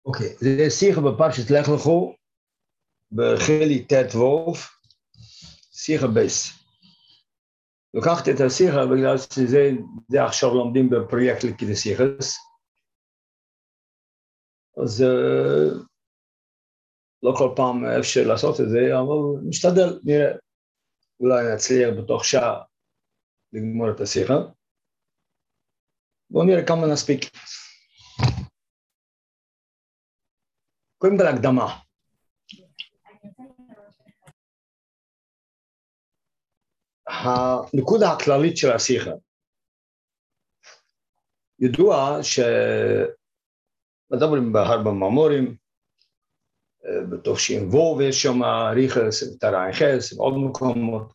אוקיי, זה שיחה בפרשת לך לכו, בחלק ט' ו', שיחה בייס. לקחתי את השיחה בגלל שזה עכשיו לומדים בפרויקט לכדי שיחס. אז לא כל פעם אפשר לעשות את זה, אבל נשתדל, נראה. אולי נצליח בתוך שעה לגמור את השיחה. בואו נראה כמה נספיק. קודם כל הקדמה. הנקודה הכללית של השיחה. ידוע שמדברים בהרבה מאמרים, בתוך שם וו ויש שם ריחס, תרעיחס, ועוד מקומות.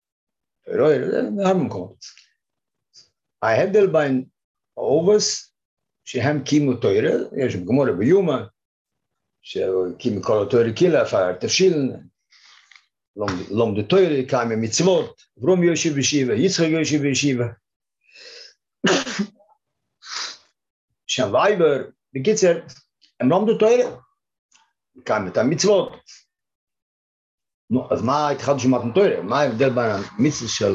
בהרבה מקומות. ההבדל בין האובס, שהם קימו תוירה, יש בגמורה ביומה, שקימו כל התוירה קילה, פער תפשילן, לומדו תוירה, קיימי מצוות, אברום יושב בישיבה, יצחק יושב בישיבה. שם וייבר, בקיצר, הם לומדו תוירה, קיימי את המצוות. נו, אז מה התחלנו שמעתם תוירה? מה ההבדל בין המצוות של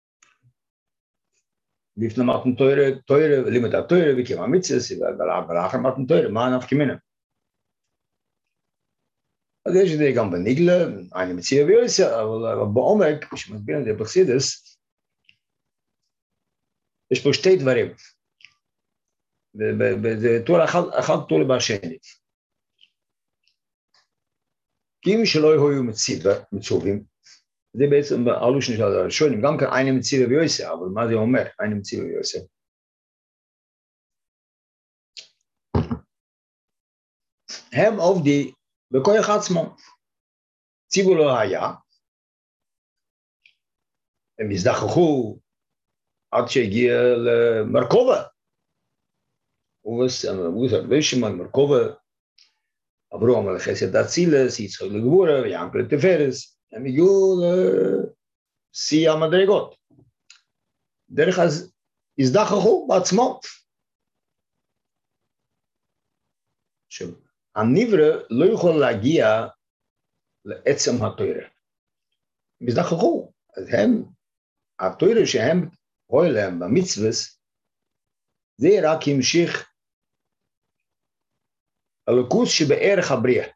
לפני מתן תוירה, לימד התוירה, וקים המצוות, ולאחר מתן תוירה, מה נפקא מינה? אז יש את זה גם בניגלה, אני מציע ויועסה, אבל בעומק, כשמסביר את זה בחסידות, יש פה שתי דברים, וזה תורה אחד תורה בשני. כי אם שלא היו מצווים, זה בעצם בעלושן של הראשונים, גם כאן אני מציע ויועסה, אבל מה זה אומר, אני מציע ויועסה? הם עובדים בכוח עצמו, ציוו לא היה, הם הזדחכו עד שהגיע למרכובה, ובשם מרכובה, עברו המלך חסד אצילס, יצחק לגבורה ויענקל לתפארס, הם הגיעו לשיא המדרגות. דרך אז הזדחכו בעצמו. עכשיו, הנברא לא יכול להגיע לעצם התורה. הם הזדחכו. אז הם, התורה שהם רואים להם במצוות, זה רק המשיך הלוקוס שבערך הבריאה.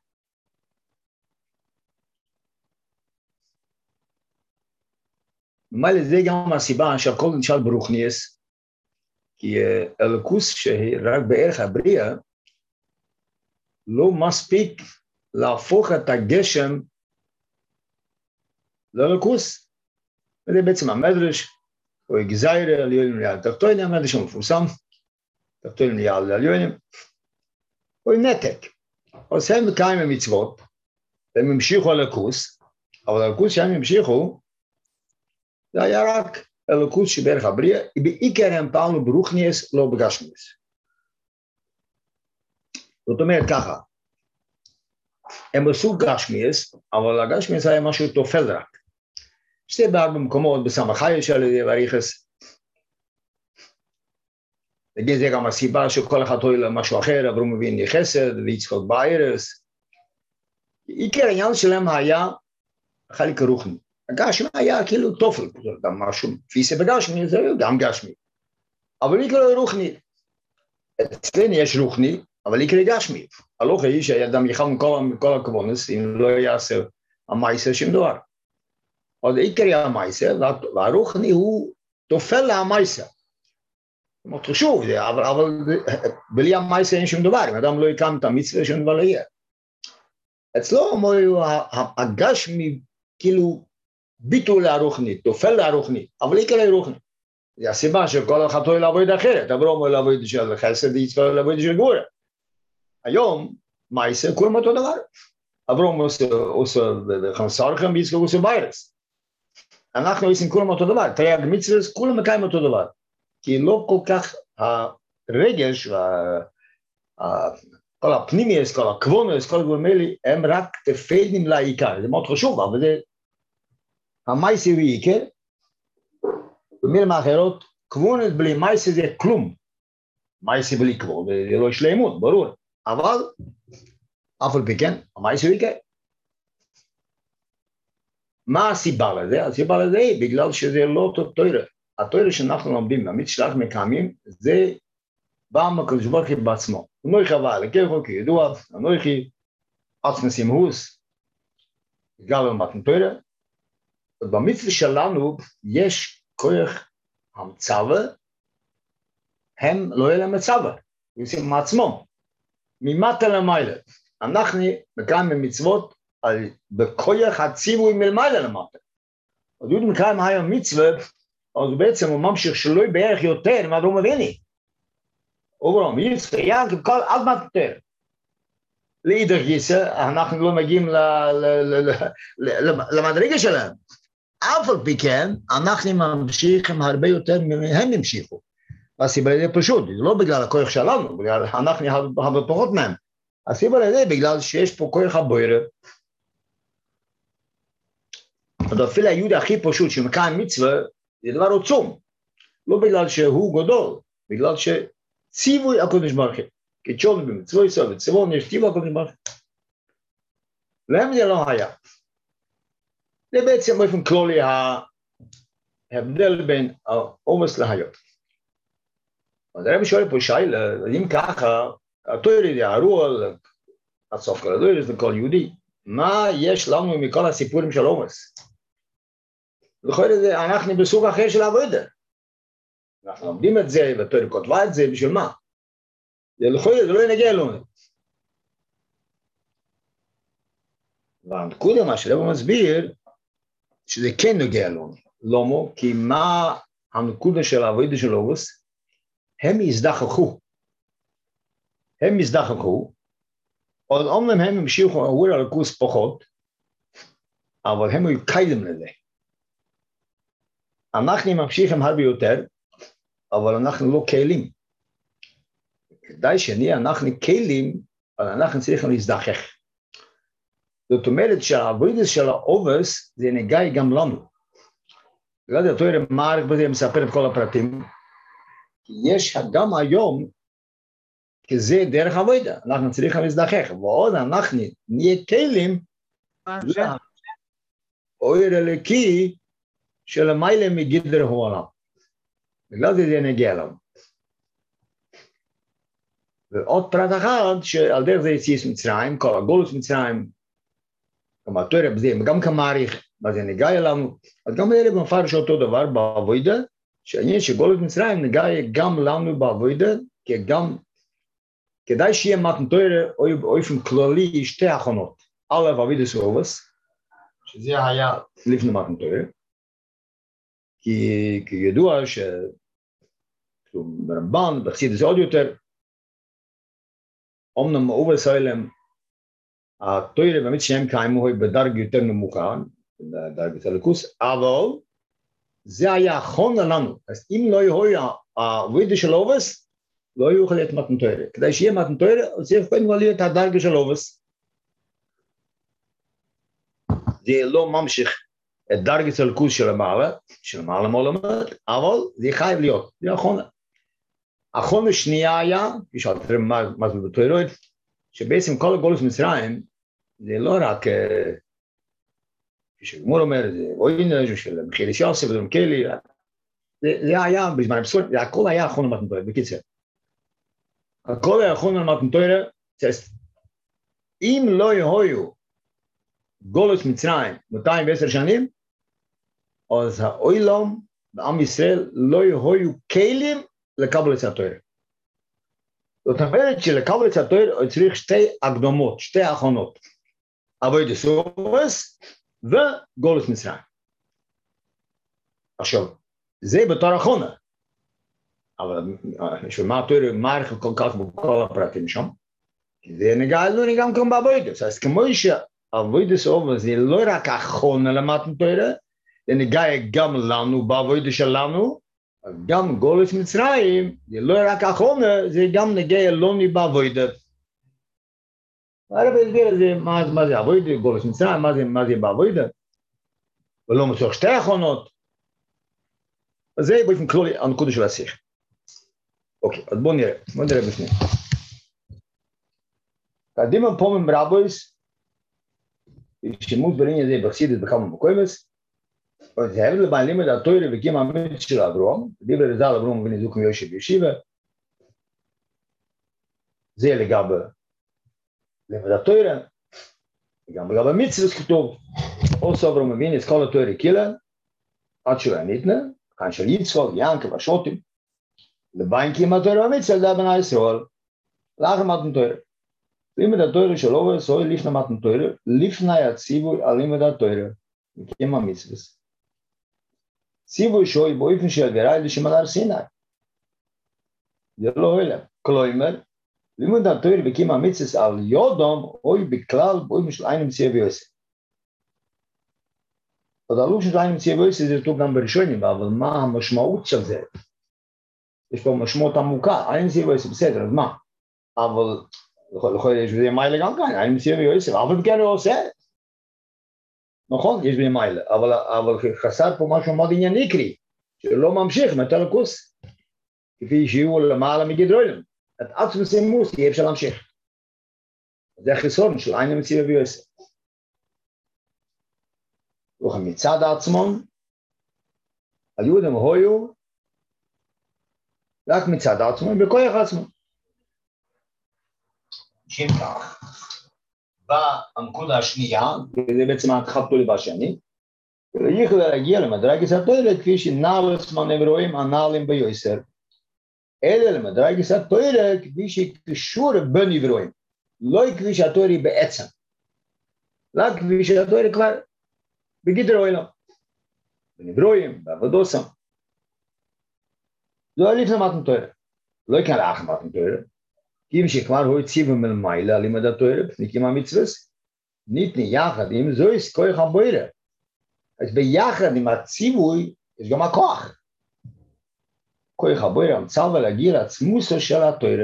ומעלה זה גם הסיבה שהכל נשאל ברוכניאס, כי הלוקוס שרק בערך הבריאה, לא מספיק להפוך את הגשם ללוקוס. וזה בעצם המדרש, או גזיירה, עליונים ליד תחתונים, המדרש המפורסם, תחתונים ליד עליונים, או נתק. אז הם מקיים המצוות, הם המשיכו הלוקוס, אבל הלוקוס שהם המשיכו, זה היה רק הלוקוס שבערך הבריאה, בעיקר הם פעלו ברוכניאס, לא בגשמיאס. זאת אומרת ככה, הם עשו גשמיאס, אבל הגשמיאס היה משהו תופל רק. שזה בהרבה מקומות, בסמכאי של וריחס, נגיד זה גם הסיבה שכל אחד תוהה למשהו אחר, אברום אבינו חסד, ויצחק בארץ. עיקר העניין שלהם היה חלק רוחני. הגשמי היה כאילו תופל, גם משהו, תפיסה בגשמי, זה גם גשמי. אבל עיקר רוחני. אצלנו יש רוחני, אבל עיקר גשמי. הלוך היא שהאדם יחל מכל הכוונס, אם לא יעשה המייסה שום דבר. אז עיקר המייסה, והרוחני הוא תופל להמייסה. מאוד חשוב, אבל בלי המייסה אין שום דבר, אם אדם לא יקם את המצווה, שום דבר לא יהיה. אצלו אומרים, הגשמי כאילו ביטול הרוחני, תופל להרוחני, אבל עיקר הרוחני. זה הסיבה שכל אחד תוהה לעבוד אחרת, אברום הוא לעבוד של חסד, יצחק לעבוד של גבורה. היום, מייסה כולם אותו דבר. אברום עושה חמסרכם, ויצחק עושה בארץ. אנחנו עושים כולם אותו דבר, תרי"ג מצוות, כולם מקיים אותו דבר. כי לא כל כך הרגש, כל הפנימיוס, כל הכוונוס, כל הדברים האלה, הם רק תפלים לעיקר. זה מאוד חשוב, אבל זה המייסה הוא עיקר. במילים אחרות, כוונוס בלי מייסה זה כלום. מייסה בלי כוונוס, זה לא שלמות, ברור. אבל, אף על פי כן, מה יקרה? מה הסיבה לזה? הסיבה לזה היא בגלל שזה לא תורה. התורה שאנחנו לומדים, המצוות שלך מקיימים, זה בא מהקדוש ברוך הוא בעצמו. אנוכי הווה אלוקיכם כידוע, אנוכי עצמוס אימהוס, גל במתן תורה. ובמצווה שלנו יש כוח המצווה, הם לא יהיה להם מצווה, הם עושים מעצמם. ממטה למעלה, אנחנו מקיימים מצוות בכוח הציווי מלמעלה למטה. אז הוא מקיים היום מצווה, אז בעצם הוא ממשיך שלא בערך יותר מה הוא מביני. אומרים, מצווה, ינקב כל עד מתן תורה. לאידך גיסא, אנחנו לא מגיעים למדרגה שלהם. אף על פי כן, אנחנו ממשיכים הרבה יותר מהם המשיכו. הסיבה לזה פשוט, זה לא בגלל הכוח שלנו, בגלל אנחנו הרבה פחות מהם. הסיבה לזה בגלל שיש פה כוח הבוירה. אפילו היהודי הכי פשוט שמקיים מצווה, זה דבר עצום. לא בגלל שהוא גדול, בגלל שציווי הקדוש ברוך הוא. כתשון במצוות ישראל וציוון יש ציווי הקדוש ברוך הוא. להם זה לא היה. זה בעצם באופן כללי ההבדל בין העומס להיות. אז הרב שואל פה שאלה, אם ככה, התורה יערו על הסוף כל הדור, זה כל יהודי, מה יש לנו מכל הסיפורים של עומס? לכל זה, אנחנו בסוג אחר של עבודה. אנחנו לומדים את זה, והתורה כותבה את זה, בשביל מה? לכל זה לא ינגיע לנו. והנקודה מה שהרב מסביר, שזה כן נוגע לנו. למה? כי מה הנקודה של העבודה של עומס? הם הזדחכו, עוד אומנם הם המשיכו לעבור על הקורס פחות, אבל הם היו קיילים לזה. אנחנו ממשיכים הרבה יותר, אבל אנחנו לא קיילים. כדאי שנהיה אנחנו קיילים, אבל אנחנו צריכים להזדחך. זאת אומרת שהעבודה של העובס זה נגע גם לנו. לא יודע, תראה מה אני מספר את כל הפרטים, יש גם היום, כי זה דרך עבודה, אנחנו צריכים להזדחך, ועוד אנחנו נהיה כלים, אויר אלוקי של המיילה מגדר העולם. בגלל זה נגיע לנו. ועוד פרט אחד, שעל דרך זה יציאת מצרים, כל הגולוס מצרים, גם התורה בזה, גם כמעריך, מה זה נגיע לנו, אז גם אלה במפרש אותו דבר בעבודה, שהעניין שגולוס מצרים נגיע גם לנו בעבודה, כי גם כדאי שיהיה מתן תורה באופן כללי שתי הכנות. א' אבידוס ואובס, שזה היה לפני מתן תורה, כי ידוע ברמב"ן, בחסידות זה עוד יותר, אומנם אובס האלם, התורה באמת שהם קיימו בדרג יותר נמוכה, בדרגת הליכוס, אבל זה היה הכון לנו. אז אם לא יהיה העבודה של אובס, לא יוכל להיות מתן תורה. כדי שיהיה מתן תורה, אז צריך קודם כל להיות הדרגה של אובס. זה לא ממשיך את דרגת הליכוס של המעלה מעולמות, אבל זה חייב להיות, זה הכונה. הכונה השנייה היה, כפי שאתם מה זה בתורה, שבעצם כל הגולוס מצרים, זה לא רק, כפי שגמור אומר, זה אוינג' של מחיל יוסף ודרום קלי, זה היה בזמן הבשור, זה הכל היה הכונה מתן תורה, בקיצר. הכל היה הכונה מתן תורה, אם לא יהיו גולוס מצרים 210 שנים, אז העולם בעם ישראל לא יהיו כלים לקבלת התורה. זאת אומרת שלקבלת התורה צריך שתי הקדמות, שתי הכנות. עבודת סורס וגולוס מצרים. עכשיו, זה בתור הכונה. אבל שמה התורה מעריך כל כך בכל הפרטים שם? כי זה נגע לנו גם כאן בעבודת. אז כמו שעבודת סורס זה לא רק הכונה למתן תורה, זה נגע גם לנו בעבודת שלנו, גם גולוס מצרים, זה לא רק הכונה, זה גם נגע לנו בעבודת. הרב הסביר את זה, מה זה עבודה, גולוס מצרים, מה זה בעבודה, ולא מצורך שתי הכונות. אז זה באופן כללי הנקודה של השיח. אוקיי, אז בואו נראה בפנים. קדימה פה ממרבויס, שימוש ברעניין זה בחסידות בכמה מקומות, זה הביא לבן לימד התוירה וקים המיץ של אברום, דיבר רז"ל אברום ונזוק מיושב בישיבה, זה לגבי לימד התוירה, וגם לגבי מצוות כתוב, עושה אברום מבין את כל התוירה קילה, עד שהוא הניתנה, כאן של יצחוק, ינקב, השוטים, לבן קים התוירה והמצוות על בני ישראל, לאחר מתן תוירה. לימד התוירה שלו ועשוי לפני מתן תוירה, לפני הציווי על לימד התוירה, וקים המצוות. ציווי שוי באופן של גרעי לשם על הר סיני. זה לא הולך. כלומר, לימוד התוירה וקים המצוות על יודום, אוי בכלל באופן של עין מציאה ויוסף. עוד הלוק של עין מציאה ויוסף זה טוב גם בראשונים, אבל מה המשמעות של זה? יש פה משמעות עמוקה, עין מציאה ויוסף, בסדר, אז מה? אבל, יש בזה מיילה גם כאן, עין מציאה ויוסף, אבל כן הוא עושה. נכון, יש בזה מיילה, אבל חסר פה משהו מאוד ענייני קרי, שלא ממשיך מתלקוס, כפי שיהיו למעלה מגדרולים. את עצמם סימוס, כי אפשר להמשיך. זה החיסון של עין מציאה ויוסף. מצד עצמם, היהודים היו רק מצד עצמם, בכוח עצמם. שם כך, בנקודה השנייה, וזה בעצם התחלתו לי בשני, יכולה להגיע למדרגת התוירה, כפי שנעלס מנברואים הנעלים ביוסר. אלא למדרגת התוירה, כפי שקשור בנברואים, לא כפי שהתוירה היא בעצם, רק כפי שהתוירה כבר בגדר אוילם, בנברואים, בעבודוסם. זה לא לפני מתן תוירה, לא יקרה לאחר מתן תוירה, כי אם שכבר הוא הציב מלמעלה לימד התוירה, פניקים המצוות, ניתני יחד עם זויס כוח הבוירה. אז ביחד עם הציווי יש גם הכוח. כוח הבוירה מצווה להגיע לעצמוסו של התוירה.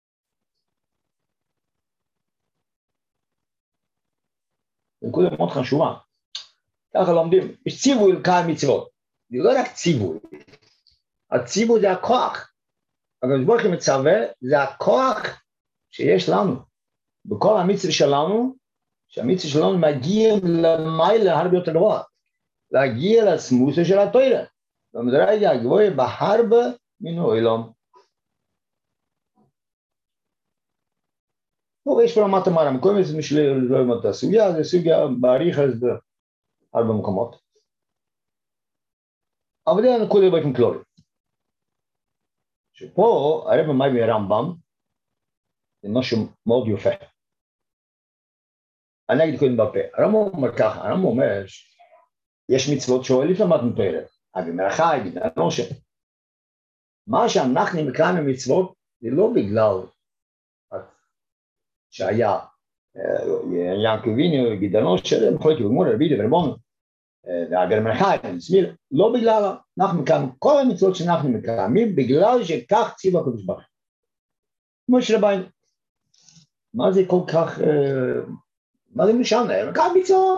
זו נקודה מאוד חשובה. ככה לומדים, יש ציווי לקיים מצוות. זה לא רק ציווי. הציווי זה הכוח. הקדוש ברוך הוא מצווה, זה הכוח שיש לנו. בכל המצווה שלנו, שהמצווה שלנו מגיע למעלה הרבה יותר גבוה. להגיע לעצמוסו של התוירה. במדרגה הגבוהה בהרבה מן העולם. ויש פה רמת המעלה, מקום זה משלי לא ללמוד את הסוגיה, זה סוגיה בעריך אז בהרבה מקומות. אבל זה הנקודה באופן כללי. שפה הרב מביא הרמב"ם, זה משהו מאוד יפה. אני אגיד קודם בפה, הרמב"ם אומר ככה, הרמב"ם אומר יש מצוות שואל לפני מתן תוירה, אבי מלאכה, אבי נושה. מה שאנחנו מקיימים מצוות, זה לא בגלל שהיה ינקב אבינו, גידל נושה, מחלוקת בגמרא, רבי ורבנו, ואבי מלאכה, לא בגלל, אנחנו מקיימים כל המצוות שאנחנו מקיימים, בגלל שכך ציווה הקדוש ברוך הוא. כמו שרבנו, מה זה כל כך, מה זה משנה? מקיים מצוות.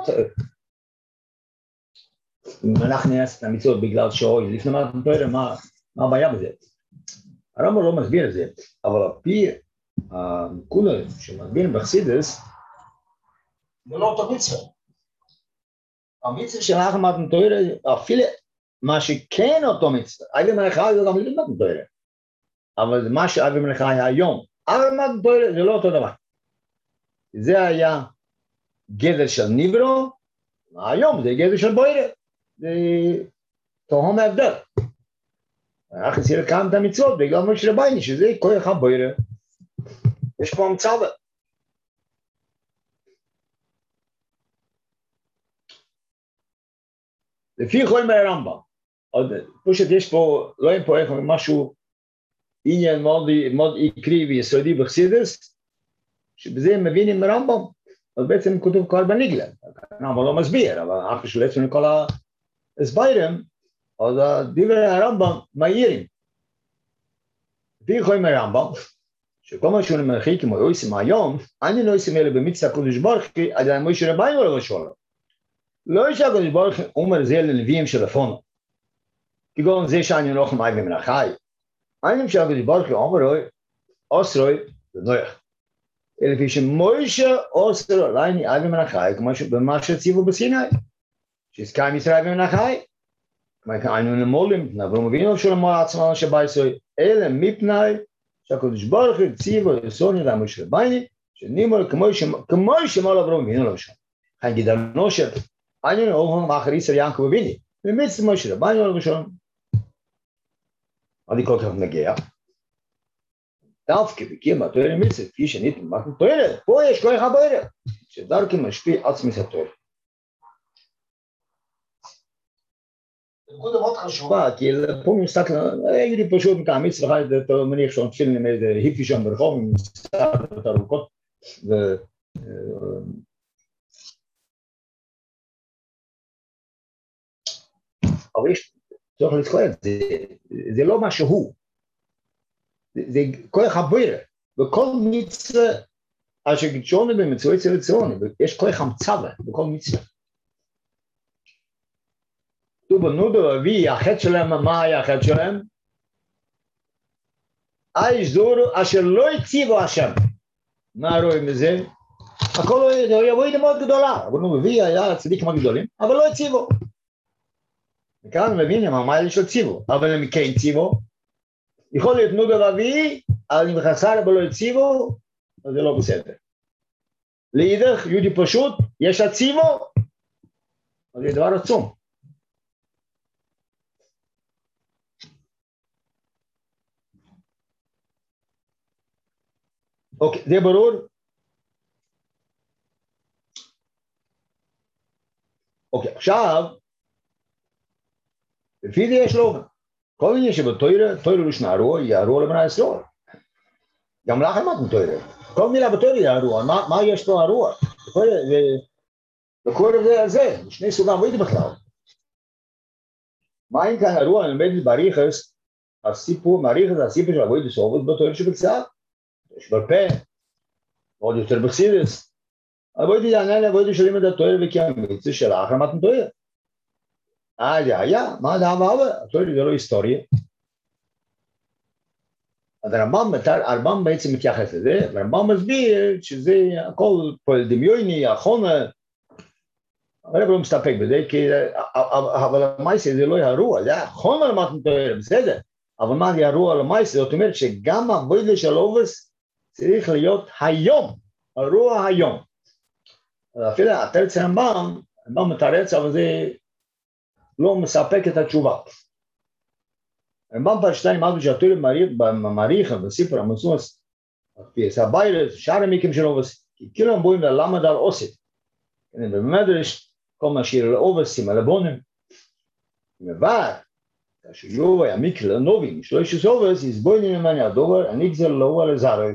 אם אנחנו נעשה את המצוות בגלל שאוי, לפני מתן תוירה, מה הבעיה בזה? הרמב"ם לא מסביר את זה, אבל על פי הנקודה שמסבירים בחסידות, זה לא אותו מצווה. המצווה של אחר מתן תוירה, אפילו מה שכן אותו מצווה, אבי מלאכה זה גם לפני מתן תוירה, אבל מה שאבי מלאכה היה היום, אחר מתן תוירה זה לא אותו דבר. זה היה גדר של ניברו, היום זה גדר של בוירה. זה תהום ההבדל. אנחנו צריכים לקיים את המצוות בגלל משה רביינו, שזה כוח הבוירה. יש פה מצווה. לפי חומר הרמב"ם, פשוט יש פה, לא יהיה פה משהו, עניין מאוד עיקרי ויסודי בחסידות, שבזה מבינים הרמב"ם, אז בעצם כתוב כבר בניגלה. הרמב"ם לא מסביר, אבל אחרי שלצנו כל הסבירים, אז דברי הרמב"ם מהירים. לפי חומר הרמב"ם, שכל מה שהוא מרחיק כמו יועסים היום, אני לא עושים אלה במצווה הקדוש ברוך הוא, עדיין משה רביינו לא שואל. לא יש הקדוש ברוך הוא אומר זה לנביאים של לפונו. כגון זה שאני לא חמאי במלאכי. אני של הקדוש ברוך הוא אומר אוסרוי לנוח. לפי שמוישה אוסר עלי אבי מן החי, במה שציוו בסיני, שהזכר ישראל אבי מן החי, כמו היינו נמולים, אברהם אבינו שלמה עצמו שבא ישראל, אלא מפני שהקדוש ברוך הוא ציוו יסוני למשה רביינו, שנימול כמו שמול אברהם אבינו למשל. חי גידלנו של היינו אוהבים אחר ישראל יעקב אבינו, ומצד משה רביינו למשל. עד כל כך נגיע. דווקא בקיים התורה מצד, כפי שניתן מתן תורה, פה יש כוח הבורא, שדרכי משפיע עצמי התורה. נקודה מאוד חשובה, כי פה מסתכל, הייתי פשוט מקעמיץ לך, אתה מניח שם תפילין עם איזה היפי שם ברחוב, עם מסתכלות ארוכות, אבל יש צורך לזכור את זה, זה לא מה שהוא, זה כוח הבורא, וכל מצווה, אשר גידשונו במצוות צלציונו, יש כוח המצווה בכל מצווה. כתוב בנודו אבי, החטא שלהם, מה היה החטא שלהם? איש זורו אשר לא הציבו השם. מה רואים מזה? הכל יבואי מאוד גדולה, אבל הוא מביא היה צדיק מאוד גדולים, אבל לא הציבו. וכאן מבינים מה יש הציבו, אבל הם כן הציבו. יכול להיות נודו אבי, אבל אם חסר אבל לא הציבו, אז זה לא בסדר. להידך, יהודי פשוט, יש הציבו, אז זה דבר עצום. אוקיי, זה ברור? אוקיי, עכשיו, לפי זה יש לו, כל מיני שבתוירה, תוירה לשנערו, יערו לבני ישראל. גם לך אמרתם תוירה. כל מילה בתוירה יערו, מה יש פה הרוח? וכל זה, שני סוגים ויידי בכלל. מה אם כאן הרוח, נלמד בריחס, הסיפור, מהריחס, הסיפור של הווידי סובות בתוירה שבקצר. יש ברפה, עוד יותר בחסידס. הווידי יענה להווידי שלים את התוירה וכימיצה של האחר מתן תוירה. זה היה, מה זה הבא? התוירה זה לא היסטוריה. אז הרמב"ם בעצם מתייחס לזה, והרמב"ם מסביר שזה הכל פועל דמיוני, החונה, הרב לא מסתפק בזה, אבל המייסה זה לא הרוע, זה החונה למתן תוירה, בסדר, אבל מה זה הרוע למייסה? זאת אומרת שגם הווידה של אובס צריך להיות היום, הרוע היום. אפילו התרץ הרמב"ם מתרץ, אבל זה לא מספק את התשובה. הרמב"ם פרשתיים אמרנו שהתוירה מעריכה בסיפור המסוס, פייס הביירס, שאר המקרים של אובס, כי כאילו הם בואים ללמד על אוסית. במדרש, כל מה שיר לאובס, סימה לבונים. מבאר, כאשר יובה ימיק לנובים, שלוש אובס, יסבוינים ממני הדובר, אני גזר לו על הזרוי.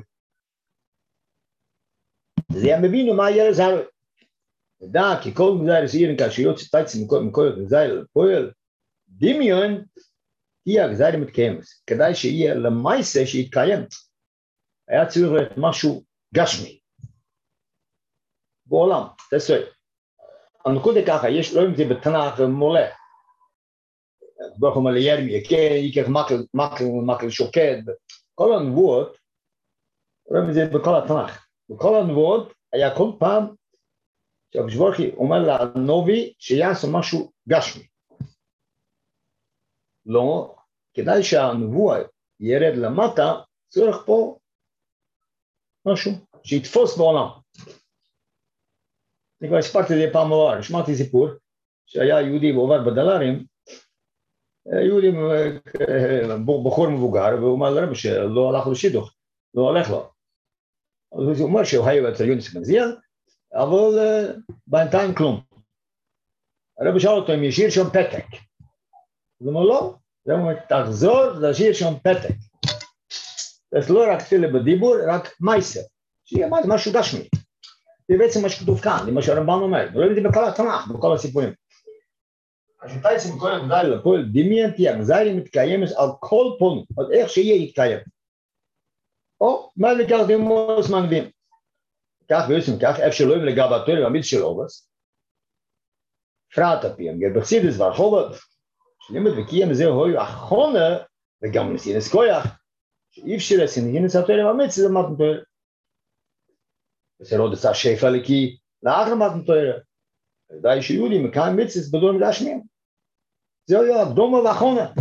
זה הם מבינו מה יהיה לזרוי. ידע, כי כל גזר סירים כאשר יוצא תייצים מכל גזר לפועל, דמיון, תהיה הגזר מתקיימת. כדאי שיהיה למעשה שיתקיים. היה צריך להיות משהו גשמי. בעולם, תעשוי. הנקודה ככה, יש, לא אם זה בתנ"ך מולה. ברוך אומר לירמיה, ייקח מקל שוקד. כל הנבואות, רואים את זה בכל התנ"ך. בכל הנבואות היה כל פעם, שהקדוש ברוך הוא אומר לנביא שיעשה משהו גשמי. לא, כדאי שהנבואה ירד למטה, צריך פה משהו שיתפוס בעולם. אני כבר הספרתי את זה פעם עבר, שמעתי סיפור שהיה יהודי ועובד בדלרים, יהודי בחור מבוגר, והוא אומר לרב שלא הלך לשידוך, לא הולך לו. אז הוא אומר שהוא היה אצל יוניס מנזיל, אבל בינתיים כלום. הרב שאל אותו אם ישאיר שם פתק. אז הוא אומר לא, הוא אומר תחזור להשאיר שם פתק. זה לא רק תפילה בדיבור, רק מייסר. שיהיה משהו גשמי. זה בעצם מה שכתוב כאן, זה מה שהרמב"ם אומר. רואים את זה בכל התנ"ך, בכל הסיפורים. השתייצים כל הגזר לפועל דמיינתי, הגזר מתקיימת על כל פונים, על איך שיהיה יתקיים. או מה לקח דמוס מנגדים. כך ויוצאים כך, איפה שלואים לגב התורה והמיץ של אובס, פרט הפיים, גרבחסידס והרחובות, שלימד וקיים זה הוי אחונה, וגם נסינס כויח, שאי אפשר לסינגינס התורה והמיץ, זה מתן תורה. זה לא דצה שפע לכי לאחר מתן תורה. ודאי שיהודי מקיים מצוות בדורים גשמיים. זהו הקדומה והאחרונה.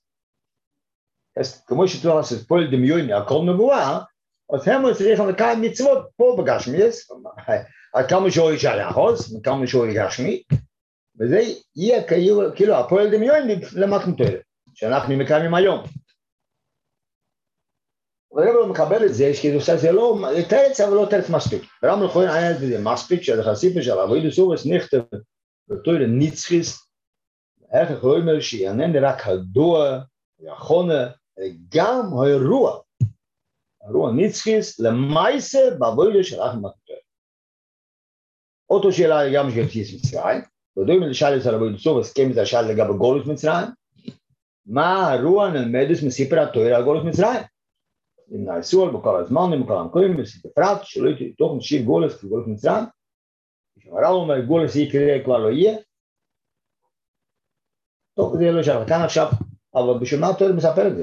אז כמו שתורה לעשות פועל דמיוני, הכל נבואה, אז הם צריכים לקיים מצוות פה בגשמיאס, עד כמה שהוא ישאל אחוז, וכמה שהוא יגשמי, וזה יהיה כאילו הפועל דמיוני למתן תורה, שאנחנו מקיימים היום. הרב לא מקבל את זה, כאילו זה לא תרץ, אבל לא תרץ מספיק. רם לכהן היה את זה מספיק, שהחשיפה של אבוידע סובס נכתב בתורה נצחיס, איך הוא אומר שיענן רק הדוע, והחונה, גם הרוע, הרוע נצחיס למעשה באבוידע של אחר מתן תורה. אותו שאלה גם שגרציס מצרים, ודוים לשאל את אבוידע סובס, כמה זה שאל לגבי גולוס מצרים, מה הרוע נלמדס מסיפר התורה על גולוס מצרים? אם נעשו על בכל הזמנים, בכל המקורים, בפרט, שלא תוך נשאיר גולס, כי גולס מצרים, כשהרב אומר, גולס יקרה כבר לא יהיה, טוב, זה לא שאלה, כאן עכשיו, אבל בשביל מה התורה מספר את זה?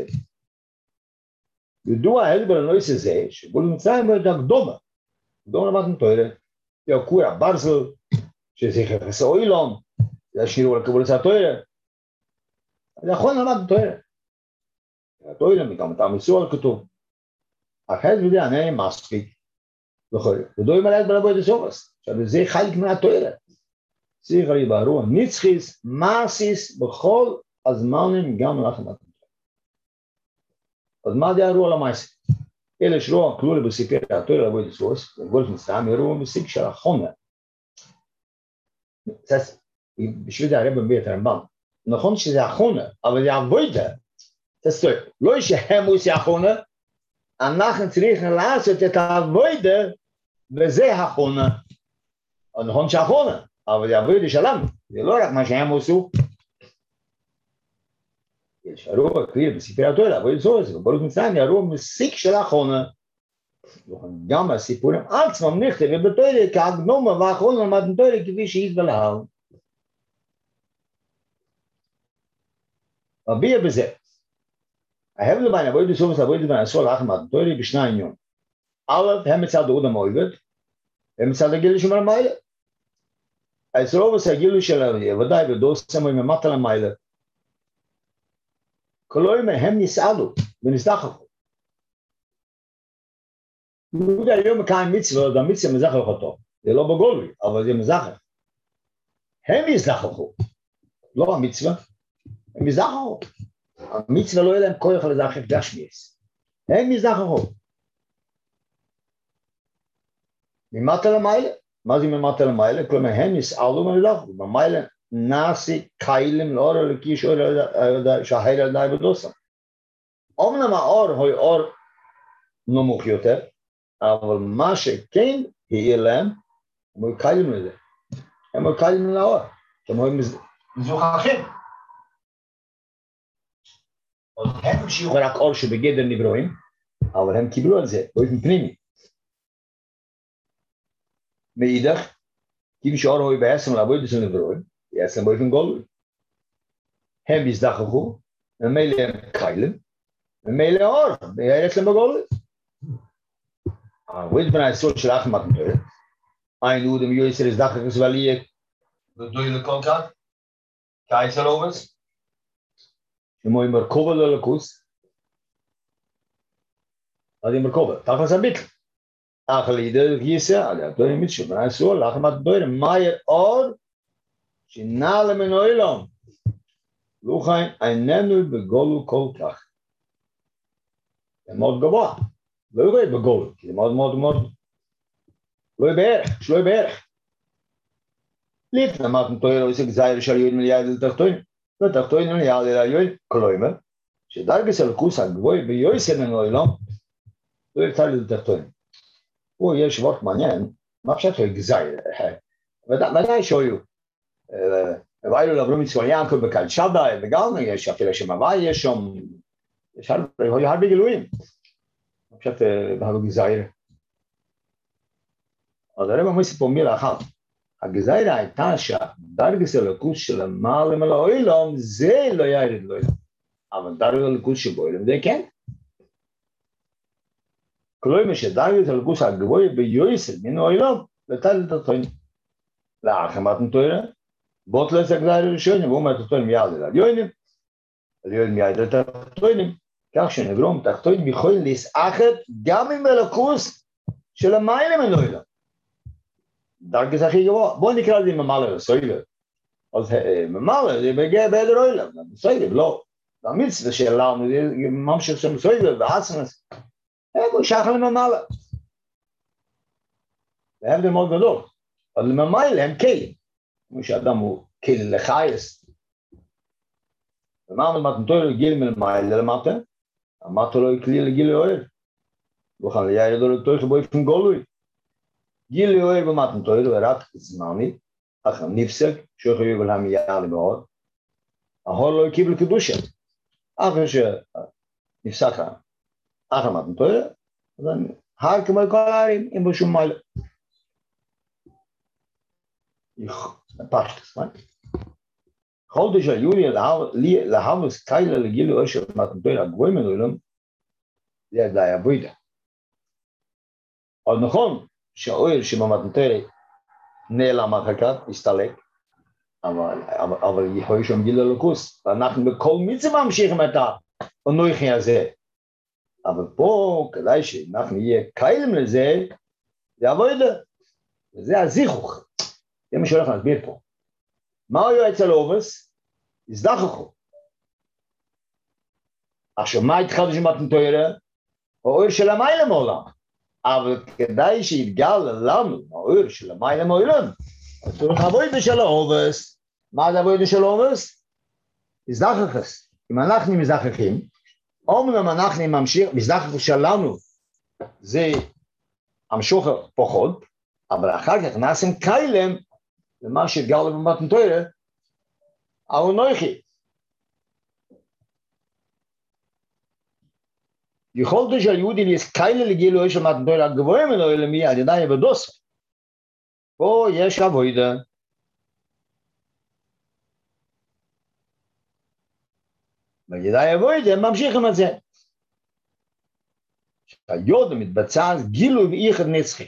ידוע ההסבר הנויס הזה, שגולס מצרים הוא יותר קדומה, קדומה למתן תורה, יקור הברזל, שזה יחס אוילום, זה שירו על קבולת התורה, זה יכול למתן תורה. התורה, גם אתה מסוע כתוב, אחרי זה אני מספיק, ודוים עליית בלבוידע סובס, שזה חלק מהתורה. צריך להיבהרו, נצחיס, מעשיס, בכל הזמנים גם לאחר מתן תורה. אז מה זה הרוע למעשה? אלה שרוע כלול בסיפור התורה לבוידע סובס, גולס מצרים, הרוע מסיק של החונה. בשביל זה הרב מביא את הרמב"ם. נכון שזה החונה, אבל זה אבוידע. לא שהם עושים החונה, אנחנו צריכים לעשות את האבוידע, וזה החונה. נכון שהחונה, אבל זה אבוידע שלנו, זה לא רק מה שהם עשו. יש הרוע כלי בסיפור התורה, אבוידע סובס, בגולוס מצרים, הרוע מסיק של החונה. גם הסיפורים עצמם נכתבים בתורה כהקדומה והאחרונה למתן תורה כפי שהתגלה. אביע בזה. ההבדל בין אבוידע סובס ואבוידע בין עשו לאחר מתן תורה בשני עניינים. א', הם מצד אודם אויבד, הם מצד הגילוי של המעלה. אצל רוב הגילוי של ודאי ודוסם ממטה למעלה. כלומר הם נסעדו ונסדחפו. יהודי היום מקיים מצווה, והמצווה מזכח אותו. זה לא בגולוי, אבל זה מזכח. הם יזדחפו, לא המצווה, הם יזדחפו. המצווה לא יהיה להם כוח לזכח גשמיאס. הם יזדחפו. ממטה למעלה, מה זה ממטה למעלה? כלומר, הם יסעלו ונזדחפו. במעלה נעשי קיילים לאור הלקי שהחייל על די בדוסם. אומנם האור הוא אור נמוך יותר, אבל מה שכן יהיה להם, הם היו קיילים לזה. הם היו קיילים לאור. הם היו מזוכחים. הם המשיכו רק אור שבגדר נברואים, אבל הם קיבלו על זה, באופן פנימי. מאידך, כפי שאור הוא בעצם לעבוד של נברואים, בעצם באופן גולוי. הם יזדחכו, ומילא הם קיילים, ומילא אור, בעצם בגולוי. העבוד בן היסוד של אחר מתן תורה, היינו דם יויסר יזדחכס ועלייה, ודוי לכל כך, קייסר אובס, שמוי מרכובה ללכוס, אז היא מרכובה, תחלס הביטל. אך לידר גיסה, על התורה מיתשו, בן היסוד, לאחר מתן תורה, מאיר אור, שנעלה מן העולם. לוחיים, איננו בגולו כל כך. זה מאוד גבוה. לא יורד בגולו, כי זה מאוד מאוד מאוד. לא יהיה בערך, שלא יהיה בערך. לפני מתן תורה לא ישיג זייר של יויד מיליארד לתחתונים. לתחתונים מיליארד אל היויד, כלומר, שדרגס הלכוס הגבוה ביויסר מן העולם, לא יפתר לתחתונים. פה יש וורט מעניין, מה פשוט הוא גזייר. ודאי שהיו. ואילו לעברו מצווה ינקו בקל שדאי, וגם יש אפילו שמבאי, יש שם, יש הרבה גילויים. פשוט בהלו גזייר. אז הרב מוסיף פה מילה אחת. הגזייר הייתה שהדרגס הלכוס של המעלה מלא אוילום, זה לא ירד לו. אבל דרגס הלכוס שבו אילום, זה כן. כלומר שדרגת הלכוס הגבוה ביועסל מן העולם לטל את התוינים. לאחר מתן תורה, בוטל את הגדרה הראשונים, והוא אומר את התוינים יעד אל עליונים, עליונים יעד את התוינים, כך שנברום תחתונים יכולים להסאחת גם עם הלכוס של המיילה מן העולם. דרגת הכי גבוה, בואו נקרא לזה ממלא לסויבר. אז ממלא זה בגלל בעדר העולם, סויבר לא. המצווה שלנו זה ממשיך שם סויבר ועצמס. הוא שייך לממלא. זה הבדל מאוד גדול. אבל לממלא הם כלים. כמו שאדם הוא כלי לחייס. אמרנו מתנתו לגיל מלמיילה למטה, אמרת לו כלי לגיל לאוהב. וכאן ליהיה ידו לתוך באופן גולוי. גיל לאוהב במתנתו ורק זמני, אך נפסק, שוכר יובל המייעה לבאות, ההור לא קיבל קדושה. אחרי שנפסק אחר מתנתו, אז הר כמו כל הערים, אין בו שום מיילה. פשטס, מה? חודש היולי להבוס קיילה לגיל לאוהב של מתנתו הגבוהים אלוהים, זה די הבוידה. אבל נכון שהאוהל שבמתנתו נעלם אחר כך, הסתלק, אבל יכול שם גיל הלוקוס, ואנחנו בכל מצווה ממשיכים את הנויכי הזה. אבל פה, כדאי שאנחנו נהיה קיילים לזה, זה עבודה, וזה הזיכוך. זה מה שהולך להסביר פה. מה היה אצל אובס? הזדחכו. עכשיו, מה התחדש במתנתו? האוהל של המיילה מעולם. אבל כדאי שיתגל לנו, האוהל של המיילה מעולם, אז צריך עבודה של האובס. מה זה עבודה של האובס? הזדחכס. אם אנחנו מזדחכים, אומנם אנחנו ממשיך, מזדחכו שלנו, זה המשוך פחות, אבל אחר כך נעשים קיילים, למה שהתגל במתנתו, האונויכי. יכולת של יהודי להסקיילה לגילוי של מתנתו הגבוהים אלוהים למי על ידי ודוסה. פה יש עבודה. ועל ידי עבודה ממשיכים את זה. שהיוד מתבצע גילוי ואיחד נצחי.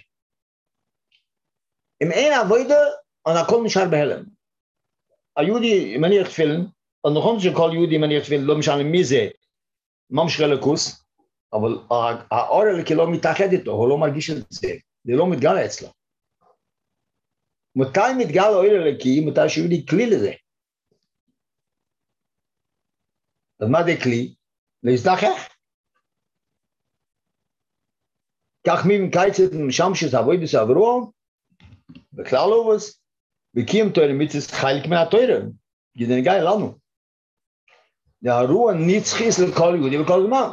אם אין עבודה, הכל נשאר בהלם. היהודי מניח תפילין, אז נכון שכל יהודי מניח תפילין, לא משנה מי זה, ממשיך לקוס, אבל האור אלוקי לא מתאחד איתו, הוא לא מרגיש את זה, זה לא מתגלה אצלו. מתי מתגלה האור אלוקי? מתי שיהודי כלי לזה. אז מה זה כלי? להזדחך. כך ממקייצת משם שתעבוד בסעברו, בכלל אובס, וקיים תוירה מצווה חלק מהתוירה, כדי נגע לנו. הרוח נצחיס לכל יהודי בכל זמן.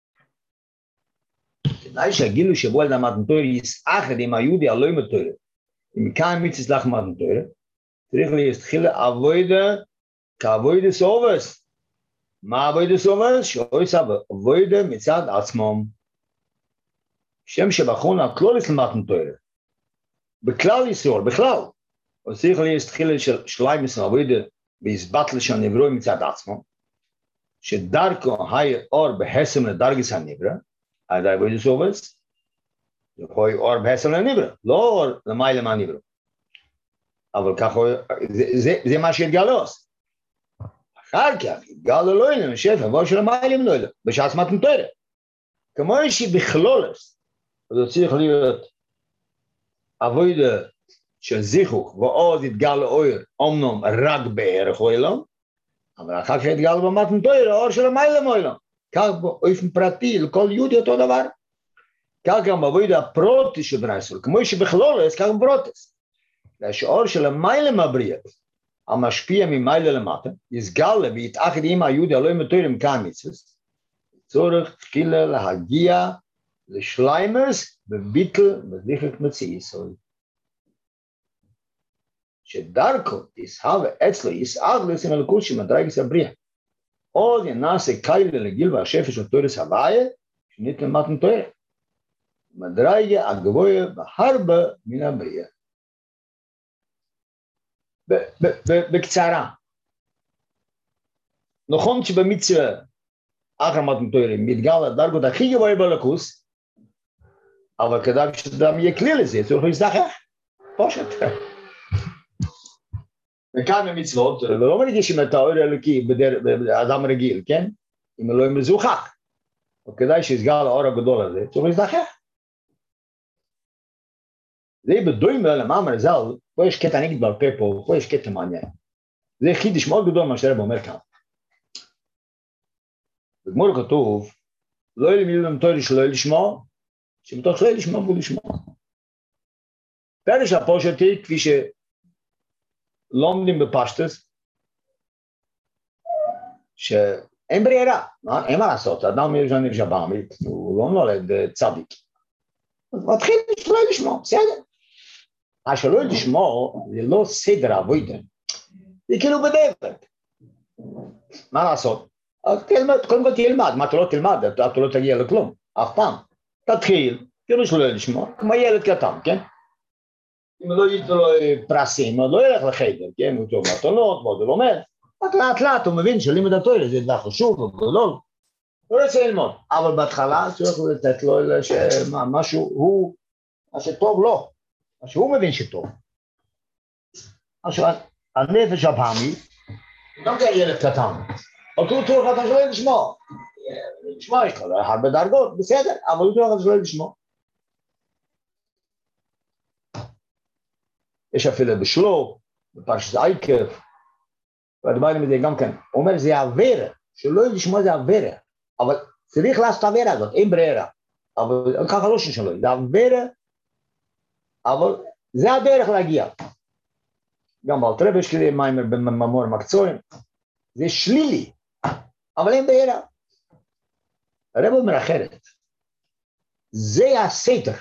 כדאי שהגילו שבו על מתנתו יסאחד עם היהודי הלא עם התוירה. אם כאן מצווה לך מתנתו, צריך להתחיל עבודה כעבודה סובס. מה עבודה סובס? שעושה עבודה מצד עצמם. שם שבחון הכלולת למתנתו. בכלל ישראל, בכלל. הוא צריך להתחיל שליים מסוים עבודה בהסבטל של הנברוא מצד עצמו. שדרכו היה אור בהסם לדרגס הנברא, עדיין עבודה סובס, יכול אור בהסם לנברא, לא אור למעלה מהנברא. אבל ככה, זה מה שהתגלוס. אחר כך, התגל אלוהים, שפע, עבור של המעלה מנוילה, בשעת מתנתו. כמו שבכלולס, זה צריך להיות עבודה של זיכוך, ועוד התגל אור, אומנם רק בערך אוילום, אבל אחר כך התגל במתנתו, האור של המעלה מוילום. כך באופן פרטי, לכל יהודי אותו דבר. כך גם בעבודה הפרוטי של בני ישראל, כמו שבכלולס, כך בפרוטס. שהאור של המעלה מבריאה, המשפיע ממעלה למטה, יסגל ויתאחד עם היהודי הלא מתוירים כאן מצווה, צורך תחילה להגיע לשליימס בביטל בזיכך מציאי ישראל. שדרכו יסהווה אצלו יסאגלס עם הלכות שמדרגס הבריאה. עוד ינעשה קיילה לגיל והשפע של תורס הוויה, שנית למתן תורה. מדרגה הגבוה בהרבה מן הבריאה. בקצרה. נכון שבמצווה אחר מתן תורה מתגלה הדרגות הכי גבוה בלכוס, אבל כדאי שאדם יהיה כלי לזה, צריך להזדחך, פושט. וכאן במצוות, לא מרגישים את האור האלוקי באדם רגיל, כן? אם אלוהים מזוכח. וכדאי שיסגר לאור הגדול הזה, צריך להזדחך. זה בדומה למאמר ז"ל, פה יש קטע נגיד בעל פה פה יש קטע מעניין. זה חידוש מאוד גדול מה שהרב אומר כאן. בגמור כתוב, לא יהיה מילים תורה שלא יהיה לשמוע, שמתוך שלא יהיה לשמוע בו לשמוע. פרש הפושט היא, כפי שלומדים בפשטס, שאין ברירה, אין מה לעשות, אדם יש לנו שבאמית, הוא לא נולד צדיק. אז מתחיל שלא יהיה לשמוע, בסדר. שלא יהיה לשמוע, זה לא סדר עבודה, זה כאילו בדבר. מה לעשות? אז קודם כל תלמד, מה אתה לא תלמד, אתה לא תגיע לכלום, אף פעם. תתחיל, כאילו שלא יהיה לשמוע, כמו ילד קטן, כן? אם לא ייתנו לו פרסים, הוא לא ילך לחדר, כן? הוא טוב מתנות, הוא לומד. לאט לאט הוא מבין שלימוד התורה זה דבר חשוב וגדול. הוא רוצה ללמוד, אבל בהתחלה צריך לתת לו משהו, מה שטוב לו, מה שהוא מבין שטוב. עכשיו, הנפש הבאמית, גם כן ילד קטן, אבל הוא תורך אתה שלא לשמוע. לשמוע יש לו הרבה דרגות, בסדר, אבל הוא תורך אתה שלא לשמוע. יש אפילו בשלו, בפרשת אייקף, והדברים הזה גם כן, הוא אומר זה עבירה, שלא לשמוע זה עבירה, אבל צריך לעשות עבירה הזאת, אין ברירה, אבל ככה לא שלא, זה עבירה, אבל זה הדרך להגיע. גם באלתר רבי יש כזה מיימר במאמר מקצועי, זה שלילי, אבל אין ברירה. הרב אומר אחרת, זה הסדר.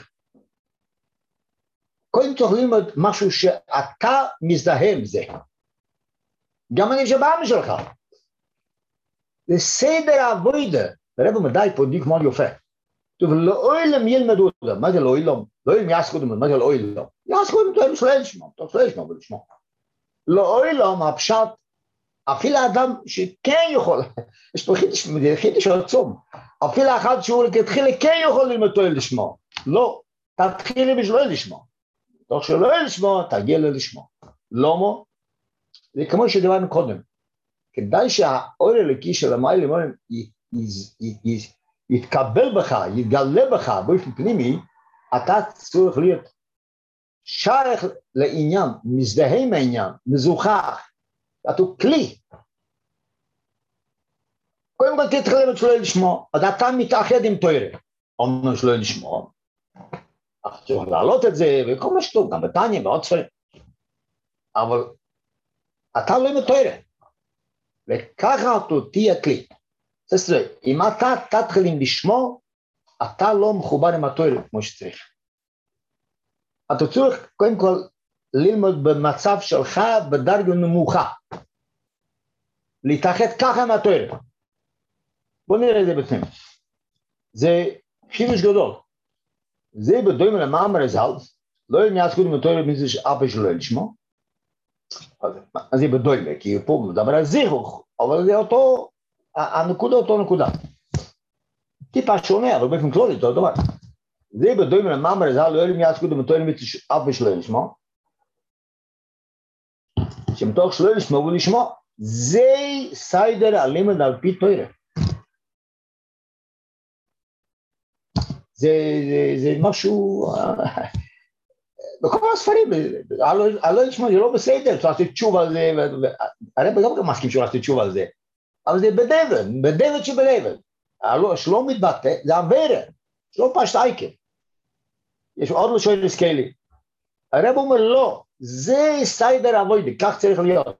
קודם צריך ללמוד משהו שאתה מזדהה עם זה. גם אני שבאמי שלך. זה סדר העבודה. הרב אומר די פה דיוק מאוד יפה. טוב, לאוילם ילמדו אותם. מה זה לאוילם? לאוילם יעסקו אותם, מה זה לאוילם? יעסקו אותם, שלא לשמוע, שלא לשמוע ולשמוע. לאוילם הפשט, אפילו האדם שכן יכול, יש פה חידוש עצום, אפילו אחד שהוא לכתחילה כן יכול ללמוד תורה לשמוע. לא, תתחילי בשביל לשמוע. תוך שלא לשמוע, תגיע לשמוע. למה? זה כמו שדיברנו קודם. כדאי שהאור האלוקי של המעלה למעלה יתקבל בך, יתגלה בך באופן פנימי, אתה צריך להיות שייך לעניין, מזדהה עם העניין, מזוכח. אתה כלי. קודם כל תתחיל שלא לשמוע, אז אתה מתאחד עם תורה. אומרים שלא לשמוע. צריך להעלות את זה, וכל מה שטוב, גם בתניא ועוד ספרים. אבל אתה לא עם התורה, וככה אתה תהיה כלי. זאת אומרת, אם אתה תתחיל לשמוע, אתה לא מחובר עם התורה כמו שצריך. אתה צריך קודם כל ללמוד במצב שלך בדרגה נמוכה. להתאחד ככה עם התורה. בוא נראה את זה בפנים. זה חידוש גדול. זה בדומה למאמר ז"ל, לא יודעים יעסקו עם התורה מזה שאבא שלו לשמוע. אז זה בדומה, כי פה מדבר על זיכוך, אבל זה אותו, הנקודה אותו נקודה. טיפה שונה, אבל באופן כללי אותו דבר. זה בדומה למאמר ז"ל, לא יודעים יעסקו עם התורה מזה שאבא שלו לשמוע. שמתוך שלא לשמוע ולשמוע. זה סיידר הלימוד על פי תורה. זה משהו, בכל הספרים, הלא לשמוע, זה לא בסדר, צריך לעשות תשוב על זה, הרב גם מסכים שהוא לעשות תשוב על זה, אבל זה בדבד שבדבד, שלא מתבטא, זה עבירה, שלא פשט אייקה, יש עוד לא שואל לסקיילי, הרב אומר לא, זה סיידר עבודה, כך צריך להיות,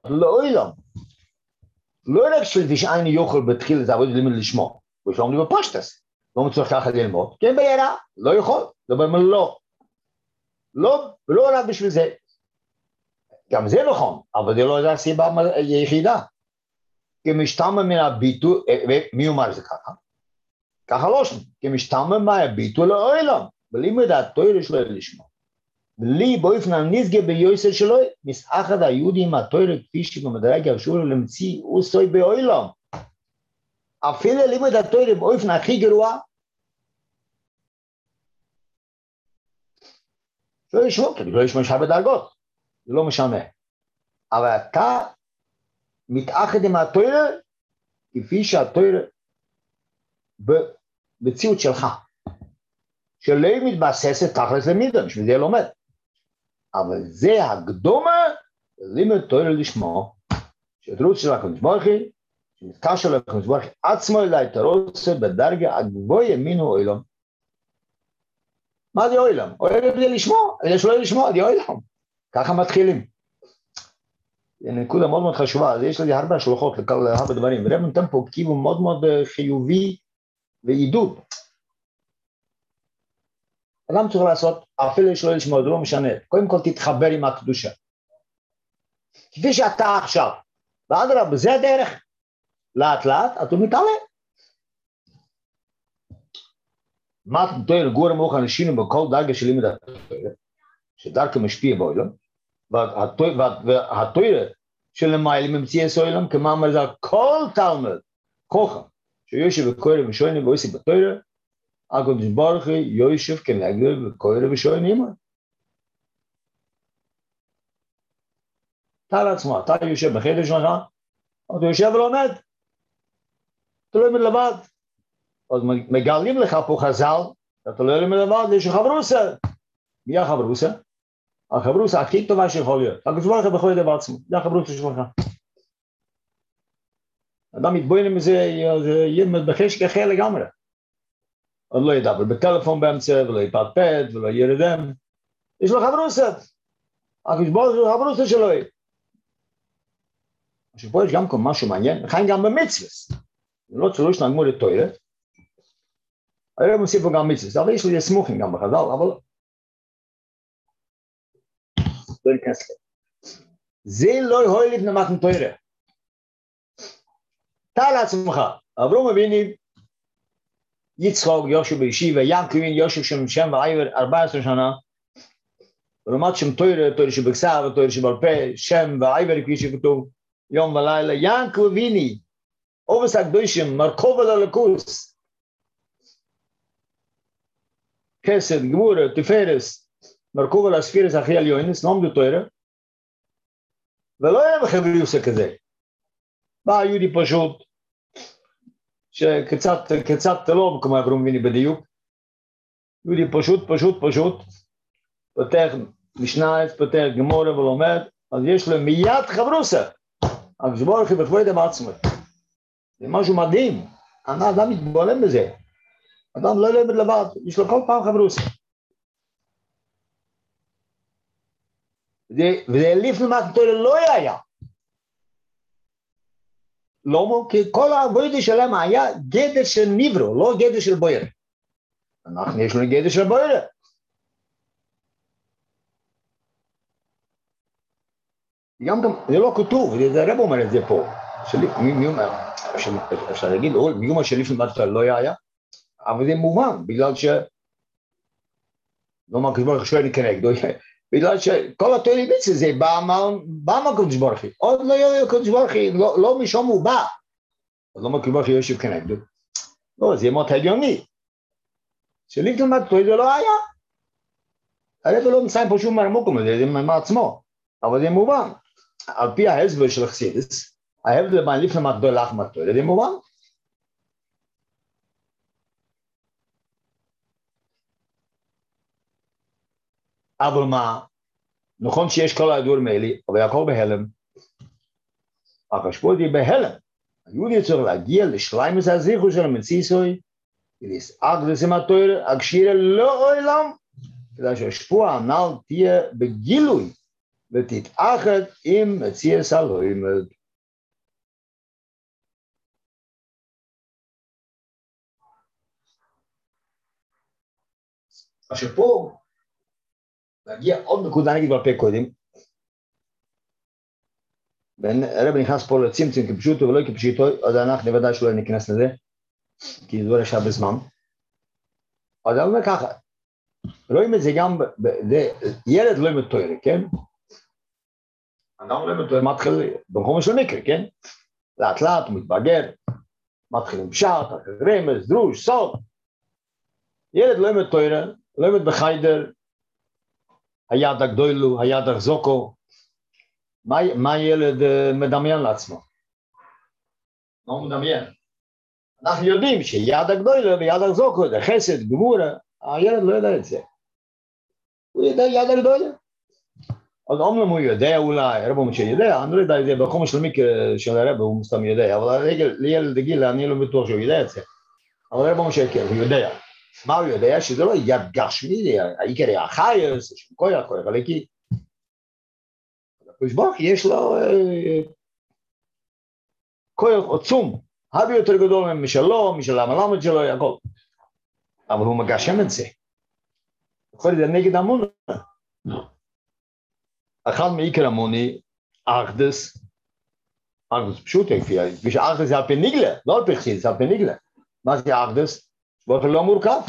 לא רק שלפשעין יוכל בתחיל את העבודה ללמוד לשמוע, ושלא אומרים בפשטס, לא מצליח ככה ללמוד, כן בעירה, לא יכול, דבר אומר לא, ולא רק בשביל זה, גם זה נכון, אבל זה לא הסיבה היחידה, כי משתמע מן הביטוי, מי אומר זה ככה? ככה לא שם, כי משתמע מהביטוי לאוילם, ולימוד התורה שלו לשמוע, בלי באופן הנסגה ביוסר שלו, מסאחד היהודים התורה כפי שבמדרג הרשו למציא וסוי באוילם, אפילו לימוד התורה באופן הכי גרוע, לא לשמוע, כי לא לשמוע שהרבה דרגות, זה לא משנה. אבל אתה מתאחד עם התורה, כפי שהתורה במציאות שלך, שלא מתבססת תכלס למידה, בשביל זה לומד. אבל זה הקדומה, לימוד תורה לשמו, שהתרוץ של הקדוש ברוך הוא, שמתקשר לקדוש ברוך הוא עצמו אליי תרוצה בדרגה הגבוהה מן העולם. מה זה עולם? עולם זה לשמוע, יש לו לשמוע, זה עולם. ככה מתחילים. זו נקודה מאוד מאוד חשובה, אז יש לזה הרבה השלכות לכל הרבה דברים, ורב נותן פה כיוון מאוד מאוד חיובי ועידוד. אדם צריך לעשות, אפילו יש לו לשמוע, זה לא משנה, קודם כל תתחבר עם הקדושה. כפי שאתה עכשיו, ואדרבה, זה הדרך, לאט לאט, אתה מתעלה. מה תויר גורם מוך אנשים בכל דרגה של לימוד התורה, שדרכו משפיע בעולם, והתורה של למעלה ממציאס העולם, כמאמר זה כל תלמיד, חוכם, שיושב בקורא ושוינה ועושה בתורה, הקדוש ברוך הוא יושב כנגד בקורא ושוינה עמו. אתה לעצמו, אתה יושב בחדר שלך, אתה יושב ולומד, אתה לא לומד לבד. אז מגלים לך פה חז"ל, אתה לא לומד לבד, יש חברוסה. מי החברוסה? החברוסה הכי טובה שיכול להיות. הקדוש ברוך הוא בכל ידי בעצמו, זה החברוסה שלך. אדם מתבונן מזה, יהיה בחשק אחר לגמרי. עוד לא ידבר בטלפון באמצע, ולא יפטפט, ולא ירדם. יש לו חברוסה. הקדוש ברוך הוא חברוסה שלו. עכשיו פה יש גם משהו מעניין, לכן גם במצוות. לא צלו שנגמור לתורה, אני לא מוסיף פה גם מצוות, אבל יש לי סמוכים גם בחז"ל, אבל לא ניכנס לזה. זה לא יכול לפני מתן תורה. תאר לעצמך, אברהם אבינו, יצחק יושב בישיבה, יעקב יושב שם ועבר 14 שנה, ולמד שם תורה שבכתב, תורה שבעל פה, שם ועבר כפי שכתוב, יום ולילה, יעקב אבינו, אובס הקדושים, מרכוב על הלכוס, חסד, גבורה, תפארס, מרכוב על הספירס הכי עליונס, לומדו תורה, ולא היה בחבריוסה כזה. בא יהודי פשוט, שקצת לא כמו אברהם אבינו בדיוק, יהודי פשוט, פותח משנה, פותח גמורה ולומד, אז יש לו מיד חברוסה, הקדוש ברוך הוא בכבוד בעצמו. זה משהו מדהים, אדם מתבונן בזה, אדם לא לומד לבד, יש לו כל פעם חברוסה. וזה לפני מתן תורה לא היה. למה? כי כל העבודה שלהם היה גדר של נברו, לא גדר של בויר. אנחנו יש לנו גדר של בויר. זה לא כתוב, זה הרב אומר את זה פה. אפשר להגיד, מי אומר שלפני מתן תורה לא היה, אבל זה מובן, בגלל ש... לא מה הקדוש ברוך הוא שואל כנגדו, בגלל שכל התורה מצווה זה בא מהקדוש ברוך הוא, עוד לא יהיה הקדוש ברוך הוא, לא משום הוא בא, אז לא מהקדוש ברוך הוא יושב כנגדו, לא, זה מאוד הגיוני, שלפני מתן תורה זה לא היה, הרב לא מסיים פה שום מהמקום הזה, זה מעצמו, אבל זה מובן, על פי ההסבר של חסידות, ההבדל בין לפני מתן תורה לאחר מתן תורה, זה מובן. אבל מה, נכון שיש כל הדברים האלה, אבל הכל בהלם. החשבות היא בהלם. היהודי צריך להגיע לשליימוס הזיכרון של המציאסוי, ולסעק לשימת תורה, הקשירה לא עולם, כדי שהשפוע הנ"ל תהיה בגילוי, ותתאחד עם מציאס הלוימד. עכשיו פה, להגיע עוד נקודה נגיד בפה קודם, והרב נכנס פה לצמצום כפשוטו ולא כפשיטו, אז אנחנו ודאי שלא ניכנס לזה, כי זה לא יש הרבה זמן. אז אני אומר ככה, רואים את זה גם, ילד לא לומד תורה, כן? אדם לא לומד תורה, מתחיל, במקום של מקרה, כן? לאט לאט הוא מתבגר, מתחיל עם פשט, רמז, דרוש, סוד. ילד לא לומד תורה, לא לומד בחיידר, היד הגדולו, היד החזוקו. מה ילד מדמיין לעצמו? מה הוא מדמיין? אנחנו יודעים שיד הגדולה ויד החזוקו זה חסד, גבורה, הילד לא יודע את זה. הוא יודע יד הגדולה. אז אומנם הוא יודע אולי, הרב אומר שיודע, אני לא יודע את זה, בחום השלמי של הרב הוא מסתם יודע, אבל לילד גיל אני לא בטוח שהוא יודע את זה. אבל הרב אומר שכן, הוא יודע. מה הוא יודע? שזה לא יד גשמי, העיקר החייס, שכויח, כויח הלקי. הקדוש יש לו כוח עצום, הרבה יותר גדול משלו, משל המלמד שלו, הכל. אבל הוא מגשם את זה. יכול להיות נגד המונה. אחד מעיקר המוני, ארדס פשוט, ושארדס זה על פי ניגלה, לא על פי חסיד, זה על פי ניגלה. מה זה ארדס? באופן לא מורכב.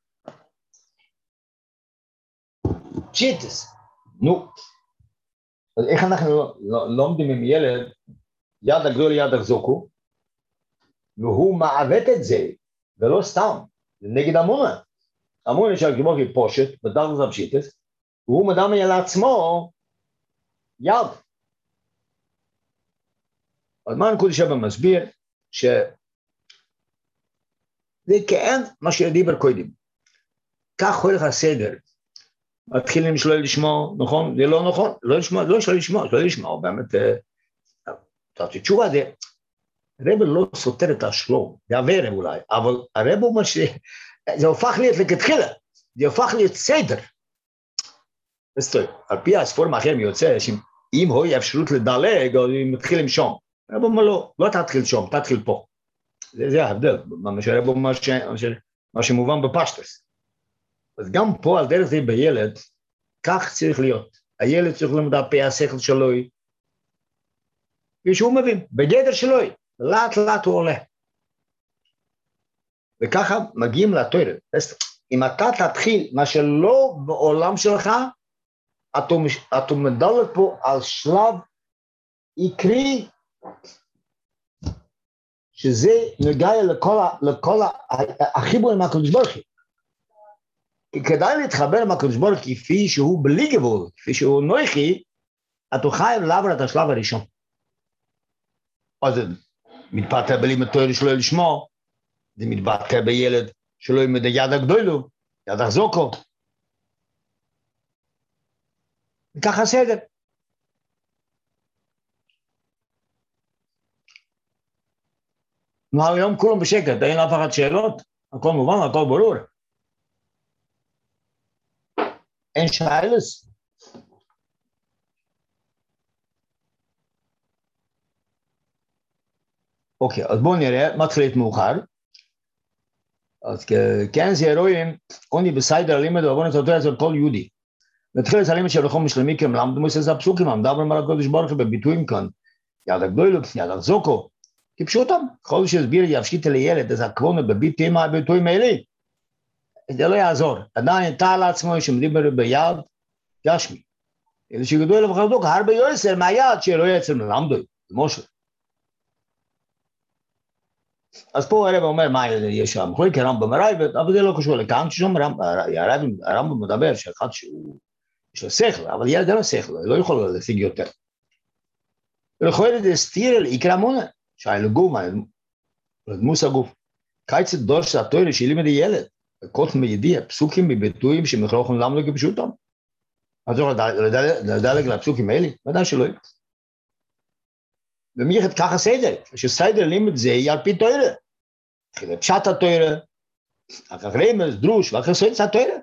פשיטס. נו. אז איך אנחנו לומדים עם ילד, יד הגדול יד החזוקו, והוא מעוות את זה, ולא סתם, זה נגד המונה. המונה של כמו פושט, בדרך זה פשיטס, והוא מדמיין לעצמו יד. אז מה הנקודה שבא מסביר? שזה כאין מה שדיבר קודם. כך הולך הסדר. מתחילים שלא לשמוע, נכון? זה לא נכון, לא לשמוע, לא שלא לשמוע, לא לשמוע, באמת, תשובה זה, הרב לא סותר את השלום, זה עבר אולי, אבל הרב אומר שזה הופך להיות לכתחילה, זה הופך להיות סדר. אז טוב, על פי הספורם האחר מיוצא, אם הוא אפשרות לדלג, או אם מתחילים שום, הרב אומר לא תתחיל שום, תתחיל פה. זה ההבדל, מה שהרב אומר מה שמובן בפשטס. אז גם פה על דרך זה בילד, כך צריך להיות. הילד צריך ללמוד על פי השכל שלו, ושהוא מבין, בגדר שלו, לאט לאט הוא עולה. וככה מגיעים לתורה. אם אתה תתחיל מה שלא בעולם שלך, אתה מדלת פה על שלב עיקרי, שזה נוגע לכל החיבור עם הקדוש ברוך הוא. כדאי להתחבר עם הקדוש ברוך הוא כפי שהוא בלי גבול, כפי שהוא נויכי, אתה חייב לעבור את השלב הראשון. אז זה מתבטא בלימוד תורה שלא לשמוע, זה מתבטא בילד שלא ילמד יד הגדולו, יד החזוקו. וככה סדר. היום כולם בשקט, אין אף אחד שאלות, הכל מובן, הכל ברור. אין שאלס. אוקיי, אז בואו נראה, מתחילת מאוחר. אז כן זה רואים, עוני בסיידר לימד ועבון את התורה של כל יהודי. מתחילת הלימד של רחום משלמי כמלמד מוסס הפסוקים, עמדה במר הקודש ברוך הוא בביטויים כאן, יד הגדולו, יד החזוקו, כפשוטם, כל שהסביר יפשיט לילד, אז הכוונה בביטויים האלה, זה לא יעזור, עדיין תא לעצמו שמדיבר ביד גשמי. אלה שגדול וחזוק, הרבה יועסר מהיד שלא יצר מלמדוי, משה. אז פה הרב אומר מה יש שם, חוי כרמב"ם הרייבד, אבל זה לא קשור לכאן, ששום הרמב"ם מדבר שאחד שהוא, יש לו שכל, אבל ילד אין לו שכל, לא יכול להשיג יותר. ולכוי לזה סתיר על עיקר המונה, שהיה לגוף, לדמוס הגוף. קיצת דור של התואר שלימד ילד, וכות מידיע, פסוקים בביטויים שמכרוכם למדו כפשוטם. אז הוא לדלג לפסוקים האלה, ודאי שלא יהיה. ומייחד ככה סדר, שסדר לימד זה יהיה על פי תוארה. אחרי פשט התוארה, אחרי רמז, דרוש, ואחרי סויץ התוארה.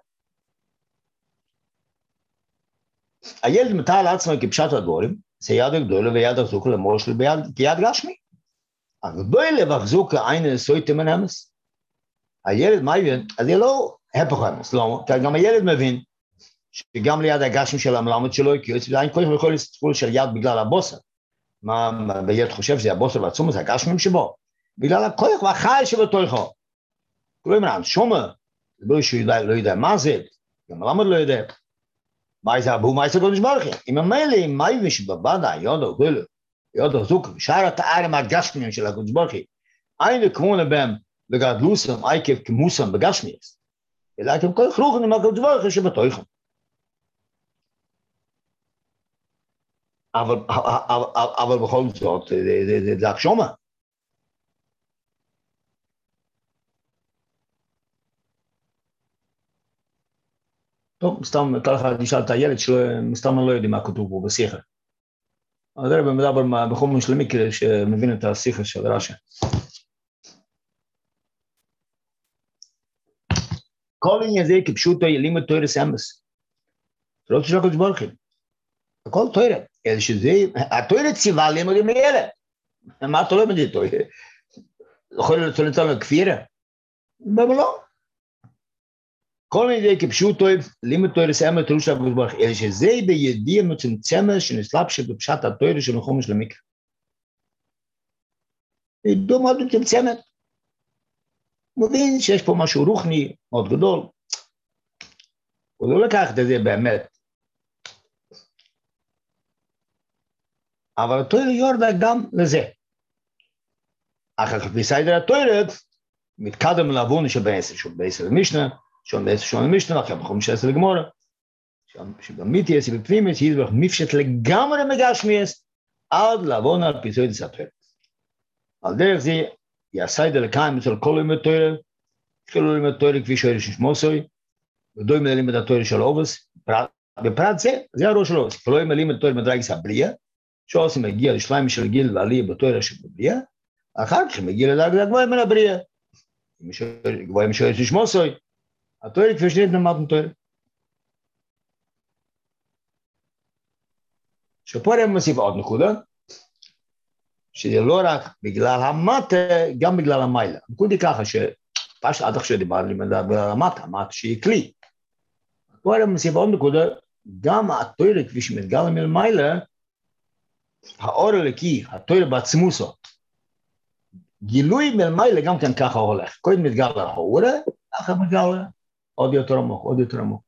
הילד מתאר לעצמו כפשט הדבורים, זה יד הגדולה ויד החזוקה למושל כיד גשמי. הגדולה והחזוקה אין סויטה מן אמס. הילד מה יבין? אז זה לא הפך אמס, לא, כי גם הילד מבין שגם ליד הגשמי של המלמד שלו, כי אין כל יכול להסתכל של יד בגלל הבוסר. מה בילד חושב שזה הבוסר והצום, זה הגשמים שבו. בגלל הכוח והחייל שבתוכו. כלומר, שומר, זה לא יודע מה זה, גם המלמד לא יודע. מה זה אבו, מה זה קודש ברוך הוא? אם המילא, מה יבין שבבדה, יוד החזוק, ושאר התארים הגשמים של הקודש ברוך הוא, אין כמו לבם לגדלוסם, עקב כמוסם בגשמיס, אלא אתם כל חרוכם עם הקודש ברוך הוא שבתוכם. אבל בכל זאת, זה הקשומה. טוב, סתם, ככה תשאל את הילד שלו, סתם לא יודעים מה כתוב פה בשיחה. אז הרב מדבר בחומר של המקרה שמבין את השיחה של רש"י. כל עניין זה כפשוטו לימוד תורה אמס. לא תשלח את ברוך. הכל תורה. אלא שזה, התורה ציווה לימוד עם ילד. מה אתה לא מבין תורה? יכול להיות לצלם כפירה? אבל לא. כל עניין כפשוטו לימוד תורה אמס תלוש לקדוש ברוך. אלא שזה בידיעה מצומצמת שנסלבשת בפשט התורה של החומר של המקרה. ידעו מאוד מצומצמת. מבין שיש פה משהו רוחני מאוד גדול. הוא לא לקח את זה באמת. אבל התורה יורדה גם לזה. אחר כך בסדר התורה, מתקדם לעוון של בעשר, שהוא בעשר למשנה, שהוא בעשר שונה למשנה, אחר בחום 16 לגמורה, שבמיתיאס ובפנימית, יזבח מפשט לגמרי מגשמיאס, עד לעוון על פיצוי דסתורה. על דרך זה, יעשיידה לקיים אצל כל לימוד תורה, התחילו לימוד תורה כפי שאומר ששמוסוי, ודוי מלימוד התורה של אובס, בפרט זה הראש של אובס, ולא מלימוד תורה מדרגס הבריאה, שעושים מגיע לשליים של גיל ועלייה בתורה שבבריאה, אחר כך מגיע לדרגה גבוהה מן הבריאה, גבוהה משאומר ששמוסוי, התורה כפי שנית למדנו תורה. שפה הם מוסיף עוד נקודה, שזה לא רק בגלל המטה, גם בגלל המיילה. נקודי ככה שפשט עד עכשיו דיברנו בגלל המטה, המטה שהיא כלי. פה אני מוסיף עוד נקודה, גם התורה כפי שמתגלה מלמיילה, האור הלקי, התורה בעצמוסו, גילוי מלמיילה גם כן ככה הולך. קודם מתגלה האור, אחר מתגלה עוד יותר עמוק, עוד יותר עמוק.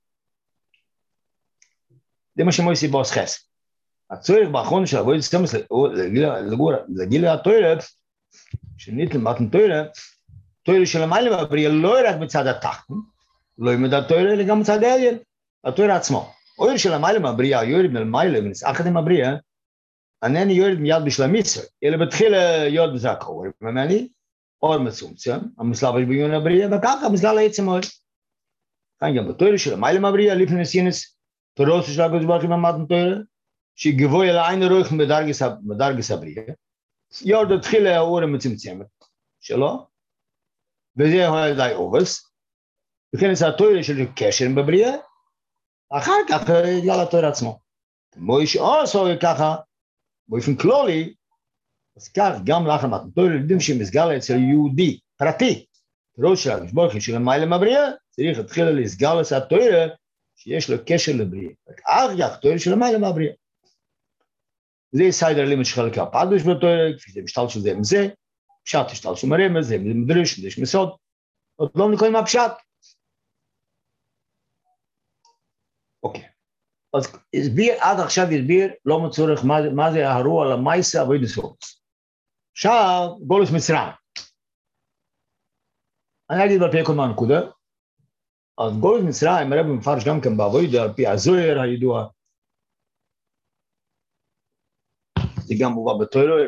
זה מה שמוסיף בוס חס. הצורך באחרון של עבודת סתמוס לגיל התורה, שנית למתן תורה, תורה של המיילה בבריאה לא רק מצד התחתון, לא ימד התורה, אלא גם מצד העליון, התורה עצמו. אור של המיילה בבריאה יורד מלמיילה ונסעכת עם הבריאה, אינני יורד מיד בשלם מצווה, אלא בתחילה יורד בזה הקור, ממני, אור מצומצם, המסלבש ביון הבריאה, וככה מסגל העצם אור. כאן גם בתורה של המיילה בבריאה, לפני סינס, תורות של הקדוש ברוך הוא במתן תורה, שגבוי אל העין הרוח מדרגס הבריאה, יורד התחילה האור המצומצמת שלו, וזה הוא די אובס, וכן זה התורה של קשר בבריאה, אחר כך יתגל התורה עצמו. מויש עשו ככה, באופן כללי, אז כך גם לאחר מתן תורה, יודעים שמסגל אצל יהודי פרטי, ראש של הקדוש ברוך הוא של המיילה בבריאה, צריך להתחיל לסגל את התורה שיש לו קשר לבריאה. אחר כך תורה של המיילה בבריאה. זה סיידר לימוד של חלקי הפרדוש בתורה, כפי זה משתל של זה עם זה, פשט השתל של מרמז, זה מדרש, זה שמסוד, עוד לא נקראים מהפשט. אוקיי. אז הסביר, עד עכשיו הסביר, לא מצורך מה זה הרוע על המייסה אבוידע סורס. עכשיו, גולוס מצרים. אני אגיד על פי כל מהנקודה, אז גולוס מצרים, הרב מפרש גם כן באבוידע, על פי הזוהר הידוע, זה גם מובא בתורה.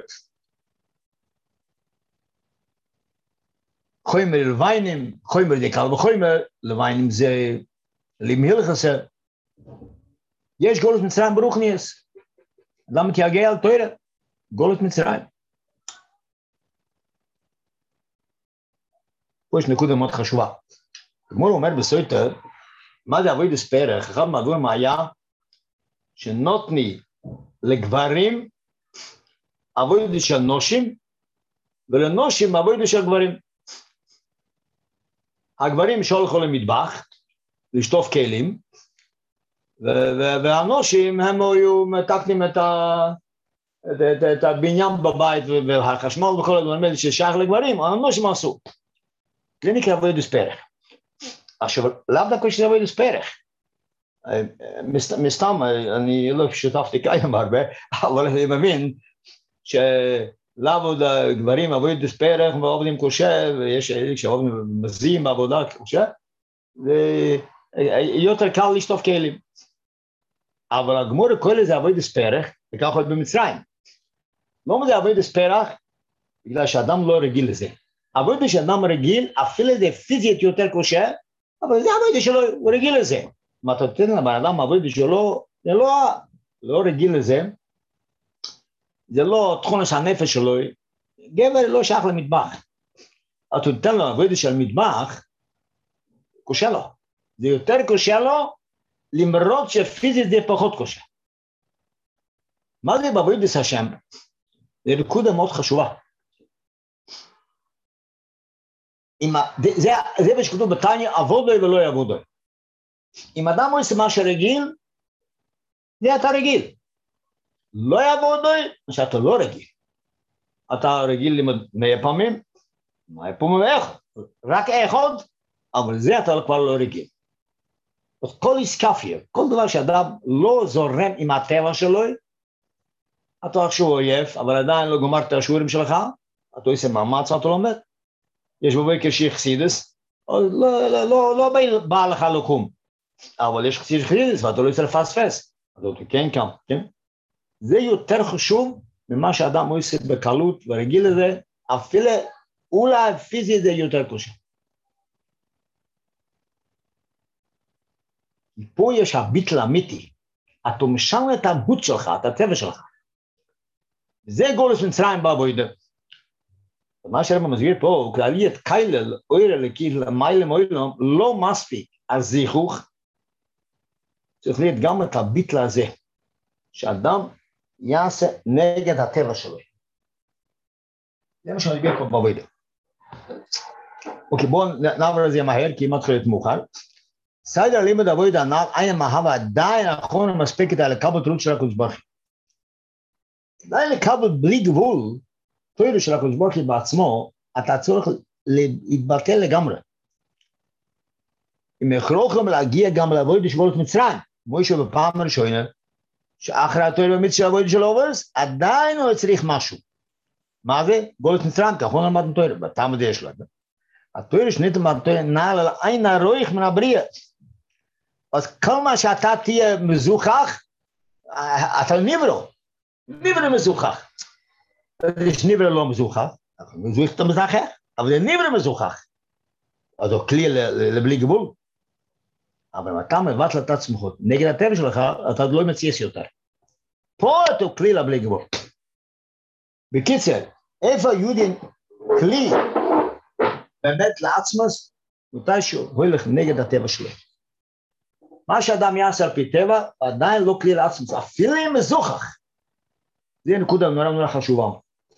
חומר לוויינים, חומר זה קל וחומר, לוויינים זה למהיל חסר. יש גולוס מצרים ברוכניאס. למה כי הגאה על תורה? גולוס מצרים. פה יש נקודה מאוד חשובה. כמו הוא אומר בסויטר, מה זה אבוידע פרח? אחד מהדברים היה שנותני לגברים אבוידע של נושים, ולנושים אבוידע של גברים. הגברים שהולכו למטבח, לשטוף כלים, והנושים הם היו מתקנים את הבניין בבית והחשמל וכל הדברים ששייך לגברים, הנושים עשו. זה נקרא אבוידע פרח. עכשיו, לאו דווקא שזה אבוידע פרח. מסתם, אני לא שותפתי קיים הרבה, אבל אני מבין שלעבוד גברים עבודת פרח ועובדים קשה, ויש שעובדים מזים בעבודה קשה, ויותר קל לשטוף כלים. אבל הגמור כל זה עבודת פרח, וכך עוד במצרים. לא מזה עבודת פרח, בגלל שאדם לא רגיל לזה. עבודת שאדם רגיל, אפילו זה פיזית יותר קשה, אבל זה עבודת שלו, הוא רגיל לזה. אם אתה נותן לבן אדם עבודת שלו, זה לא רגיל לזה, זה לא תכונס הנפש שלו, גבר לא שייך למטבח. אתה נותן לו עבודת של מטבח, קשה לו. זה יותר קשה לו, למרות שפיזית זה פחות קשה. מה זה בעבודת השם? זה נקודה מאוד חשובה. זה מה שכתוב בתניא, עבודוי ולא יעבודוי. אם אדם עושה מה שרגיל, זה אתה רגיל. לא יעבודוי, מה שאתה לא רגיל. אתה רגיל ללמוד 100 פעמים, 100 פעמים רק אחד, אבל זה אתה כבר לא רגיל. כל איסקפיה, כל דבר שאדם לא זורם עם הטבע שלו, אתה עכשיו אויב, אבל עדיין לא גומרת את השיעורים שלך, אתה עושה מאמץ, אתה לומד. יש בבוקר חסידס, לא בא לך לקום, אבל יש חסידס ואתה לא יוצא לפספס. אתה אומר, כן. זה יותר חשוב ממה שאדם עושה בקלות ורגיל לזה, אפילו אולי פיזית זה יותר קשה. פה יש הביטל אמיתי, אתה משנה את המהות שלך, את הטבע שלך. זה גולוס מצרים בעבודה. מה שהרב מסביר פה, הוא כללי את קיילל, אוירה לקיל, מיילה מוילום, לא מספיק הזיכוך, צריך להיות גם את הביטל הזה, שאדם יעשה נגד הטבע שלו. זה מה שאני מסביר פה בעבודה. אוקיי, בואו נעבור על זה מהר, כי מתחיל להיות מאוחר. סדר לימוד עבודה הנ"ל, אין המהווה עדיין האחרון המספקת על לקבל תלות של הקדוש ברוך הוא. עדיין לקבל בלי גבול, תורה של הקדוש ברוך הוא בעצמו, אתה צריך להתבטל לגמרי. אם יכולכם להגיע גם לעבודה של גלות מצרים, כמו שבפעם הראשונה, שאחרי התורה במצווה של עבודה של אוברס, עדיין הוא צריך משהו. מה זה? גלות מצרים, ככה הוא נלמד תורה, בטעם הזה יש לו. התורה שנית מהתורה נעל על עין הרויך מן הבריאה. אז כל מה שאתה תהיה מזוכח, אתה ניברו מזוכח. יש ניברו לא מזוכח, מזוכח אתה מזוכח, אבל זה ניברו מזוכח. אז הוא כלי לבלי גבול. אבל אם אתה מבטל את עצמך נגד הטבע שלך, אתה לא מציאס יותר. פה אתה כלי לבלי גבול. בקיצר, איפה יהודי כלי באמת לעצמס, מתישהו הולך נגד הטבע שלו. מה שאדם יעשה על פי טבע, עדיין לא כלי לעצמס, אפילו אם מזוכח. זה נקודה נורא חשובה.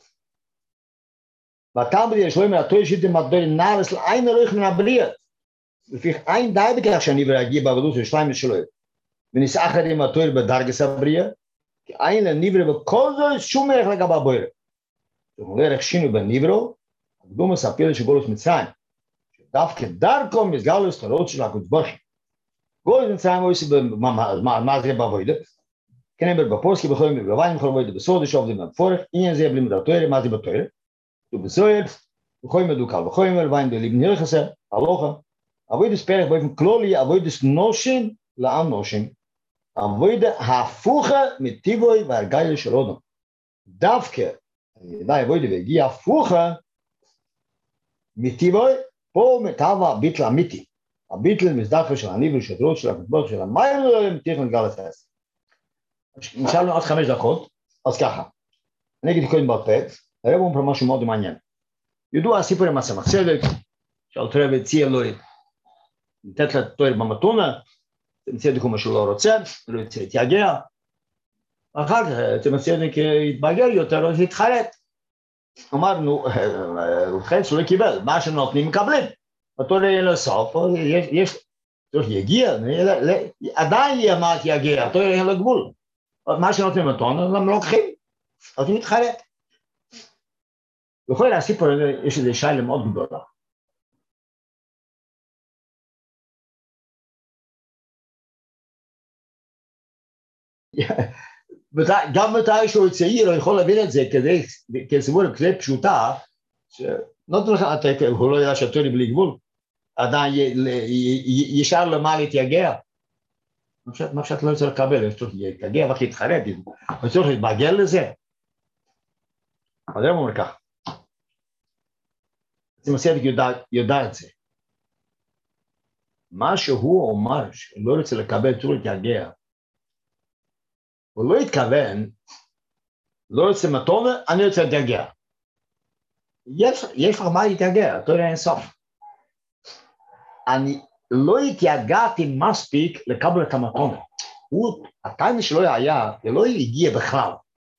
והתלמוד יש לו מהתורה שיטה מדבר נערס לעין הרויך מן הבריאה. לפי עין די בכך שאני ולהגיע בעבודות של שליים ושלוי. וניסה אחרים התורה בדרגס הבריאה, כי עין לניברו בכל זאת שום ערך לגבי הבריאה. זאת אומרת, ערך שינו בניברו, הקדום מספר שגולוס מצרים, שדווקא דרכו מסגלוס תורות של הקדוש ברוך הוא. גולוס מצרים הוא עושה מה זה בעבודה, כן אמר בפוסק, בכל יום בגביים, בכל עבודה בסוד, שעובדים במפורך, עניין זה בלי מדע תורה, מה זה בתורה, ובסויר, בכל יום מדוקל, בכל יום בגביים בליבן הלכסה, הלוכה, עבודה ספרח באופן כלולי, עבודה נושים לאנושים, עבודה ההפוכה מטיבוי והרגל של אדם. דווקא, די עבודה והגיע הפוכה, מטיבוי, פה מטבע הביטל אמיתי. הביטל מזדחר של הניבל, של הדרות, של הקדוש, של המים, מתיך מגל הסס. נשארנו עוד 5 דקות, אז ככה. אני אגיד קודם בעל פה, הרב אומר פה משהו מאוד מעניין. ידוע הסיפור עם הסמך צדק, שאלת רב הציע לו לתת לתואר במתונה, צדק הוא מה שהוא לא רוצה, לא יצא להתייגע. אחר כך צדק יתבגר יותר, אז יתחרט. אמרנו, הוא חץ לא קיבל, מה שנותנים מקבלים. התואר אין לו סוף, יש, צריך יגיע, עדיין יאמר יגיע, התואר אין לו גבול. מה שנותנים מתונה, הם לא לוקחים, אז הוא יתחרט. בכל הסיפור הזה יש איזו שאלה מאוד גדולה. גם מתי שהוא צעיר, הוא יכול להבין את זה כסיפור כזה פשוטה, שנותן לך, הוא לא ידע שהתורה בלי גבול, עדיין ישר למה להתייגע. מה שאת לא רוצה לקבל, יש צריך להתגע וכי להתחרט, יש צריך להתבגל לזה. אז הרב אומר כך, עצם הסדק יודע את זה. מה שהוא אומר, שהוא לא רוצה לקבל, צריך להתגע, הוא לא התכוון, לא רוצה מתונה, אני רוצה להתגע. יש לך מה להתגע, אתה יודע אין סוף. אני לא התייגעתי מספיק לקבל את המתונה. הטעם שלו היה, זה לא הגיע בכלל.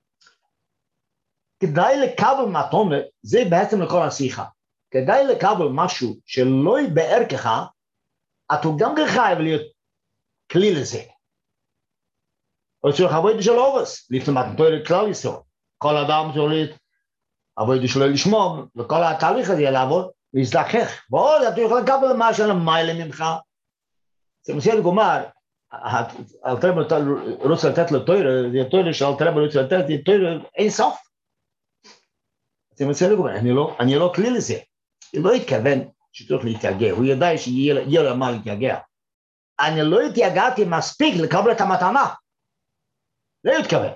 כדאי לקבל מתונה, זה בעצם לכל השיחה. כדאי לקבל משהו שלא יבאר ככה, אתה גם חייב להיות כלי לזה. או צריך עבודה של אובס, לפני מתונה כלל ישראל. כל אדם צריך עבודה שלו לשמוע, וכל התהליך הזה לעבוד, להזדחך. ועוד אתה יכול לקבל משהו למעלה ממך. זה מסוים גומר, אלתרבה רוצה לתת לו תוירה, זה תוירה שאלתרבה רוצה לתת, זה תוירה אין סוף. זה מסוים גומר, אני לא כלי לזה. הוא לא התכוון שצריך להתייגע, הוא ידע שיהיה לו מה להתייגע. אני לא התייגעתי מספיק לקבל את המתנה. לא התכוון.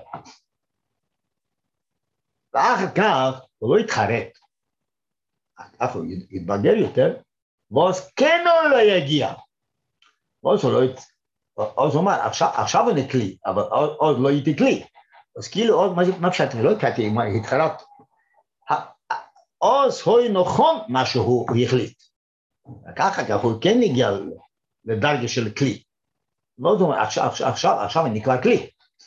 ואחר כך הוא לא התחרט. אף הוא יתבגר יותר, ואז כן הוא לא יגיע. ואז הוא אומר, עכשיו אני כלי, אבל עוד לא הייתי כלי. אז כאילו עוד מה פשט, לא קראתי, התחרט. אז הוא נכון מה שהוא החליט. ככה הוא כן הגיע לדרגה של כלי. ואז הוא אומר, עכשיו אני כבר כלי.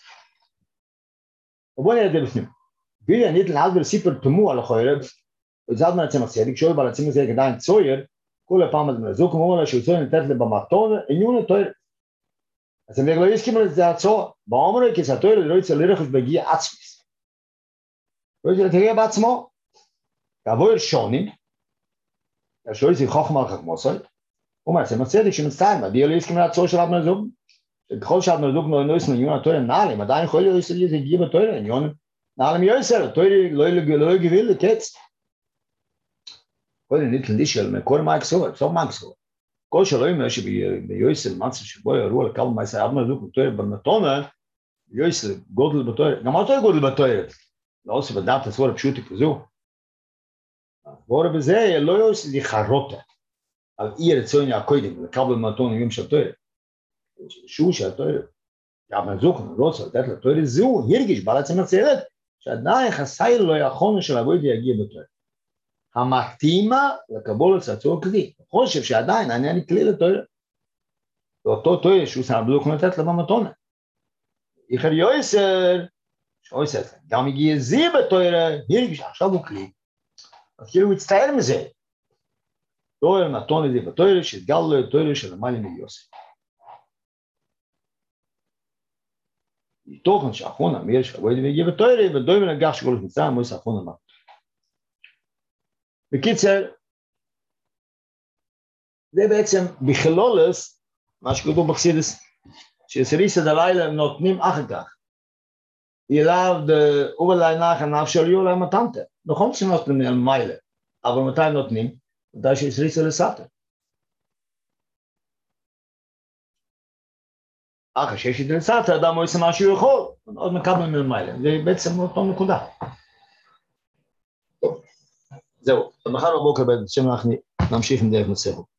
ובואו נראה את זה בפנים. בילי אני להסביר סיפור תמוה על החורב, וזד מעצם הצדק, שואל בעל עצים הזה כדאין צויר, כל הפעם הזה מלזוק, אומר לה שהוא צויר נתת לבמתון, עניון התויר. אז הם לא יסכים על זה הצוע, באומר כי זה התויר לא יצא לרכב בגיע עצמיס. לא יצא לתגיע בעצמו, כעבור שונים, השואל זה חוכמה על חכמוסוי, הוא מעצם הצדק שמצטער, מדיה לא יסכים על הצוע של עד מלזוק, שככל שעד מלזוק לא יסכים עניון התויר נעלים, עדיין יכול להיות שזה הגיע בתויר, עניון נעלים יויסר, התויר לא יגביל לקץ. קודם ניתן לישל מכל מאקסור, סוף מאקסור. כל שלא אומר שביוסל מצב שבו יראו על כמה מעשה עד מלזוק בתויר במתונה, יוסל גודל בתויר, גם אותו גודל בתויר, לא עושה בדעת הסבור הפשוטי כזו. בואו בזה לא יוסל יחרותה, על אי רצון הקודם, לקבל מתונה יום של תויר. שהוא שהתויר, עד מלזוק רוצה לתת לתויר זו, הרגיש בעל עצם הצלת, שעדיין חסאי לא יכולנו של עבוד יגיע בתויר. המתאימה לקבול לצעצור כלי. אני חושב שעדיין אני כלי לתויר. ואותו תויר שהוא שם בלוק נתת לבמתונה. איכר יויסר, שאויסר, גם הגיע זי בתויר, הרגיש, עכשיו הוא כלי. אז כאילו הוא הצטער מזה. תויר נתון לזה בתויר, שהתגל לו תויר של המעלה מיוסף. תוכן שאחרונה, מי יש עבוד ויגיע בתויר, ודוי ונגח שכל נמצא, מויס אחרונה מה. בקיצר, זה בעצם בכלולס, מה שכתוב בחסידות, שסריסא דלילה נותנים אחר כך. אליו אולי נחן נפשל יהיו להם מתנתה. נכון שנותנים על מיילה, אבל מתי נותנים? מתי שסריסא לסתר. אחר שיש את לסתר, אדם עושה מה שהוא יכול, עוד מקבל מן מיילה. זה בעצם אותו נקודה. זהו, מחר בבוקר בעצם אנחנו נמשיך עם דרך נוספת.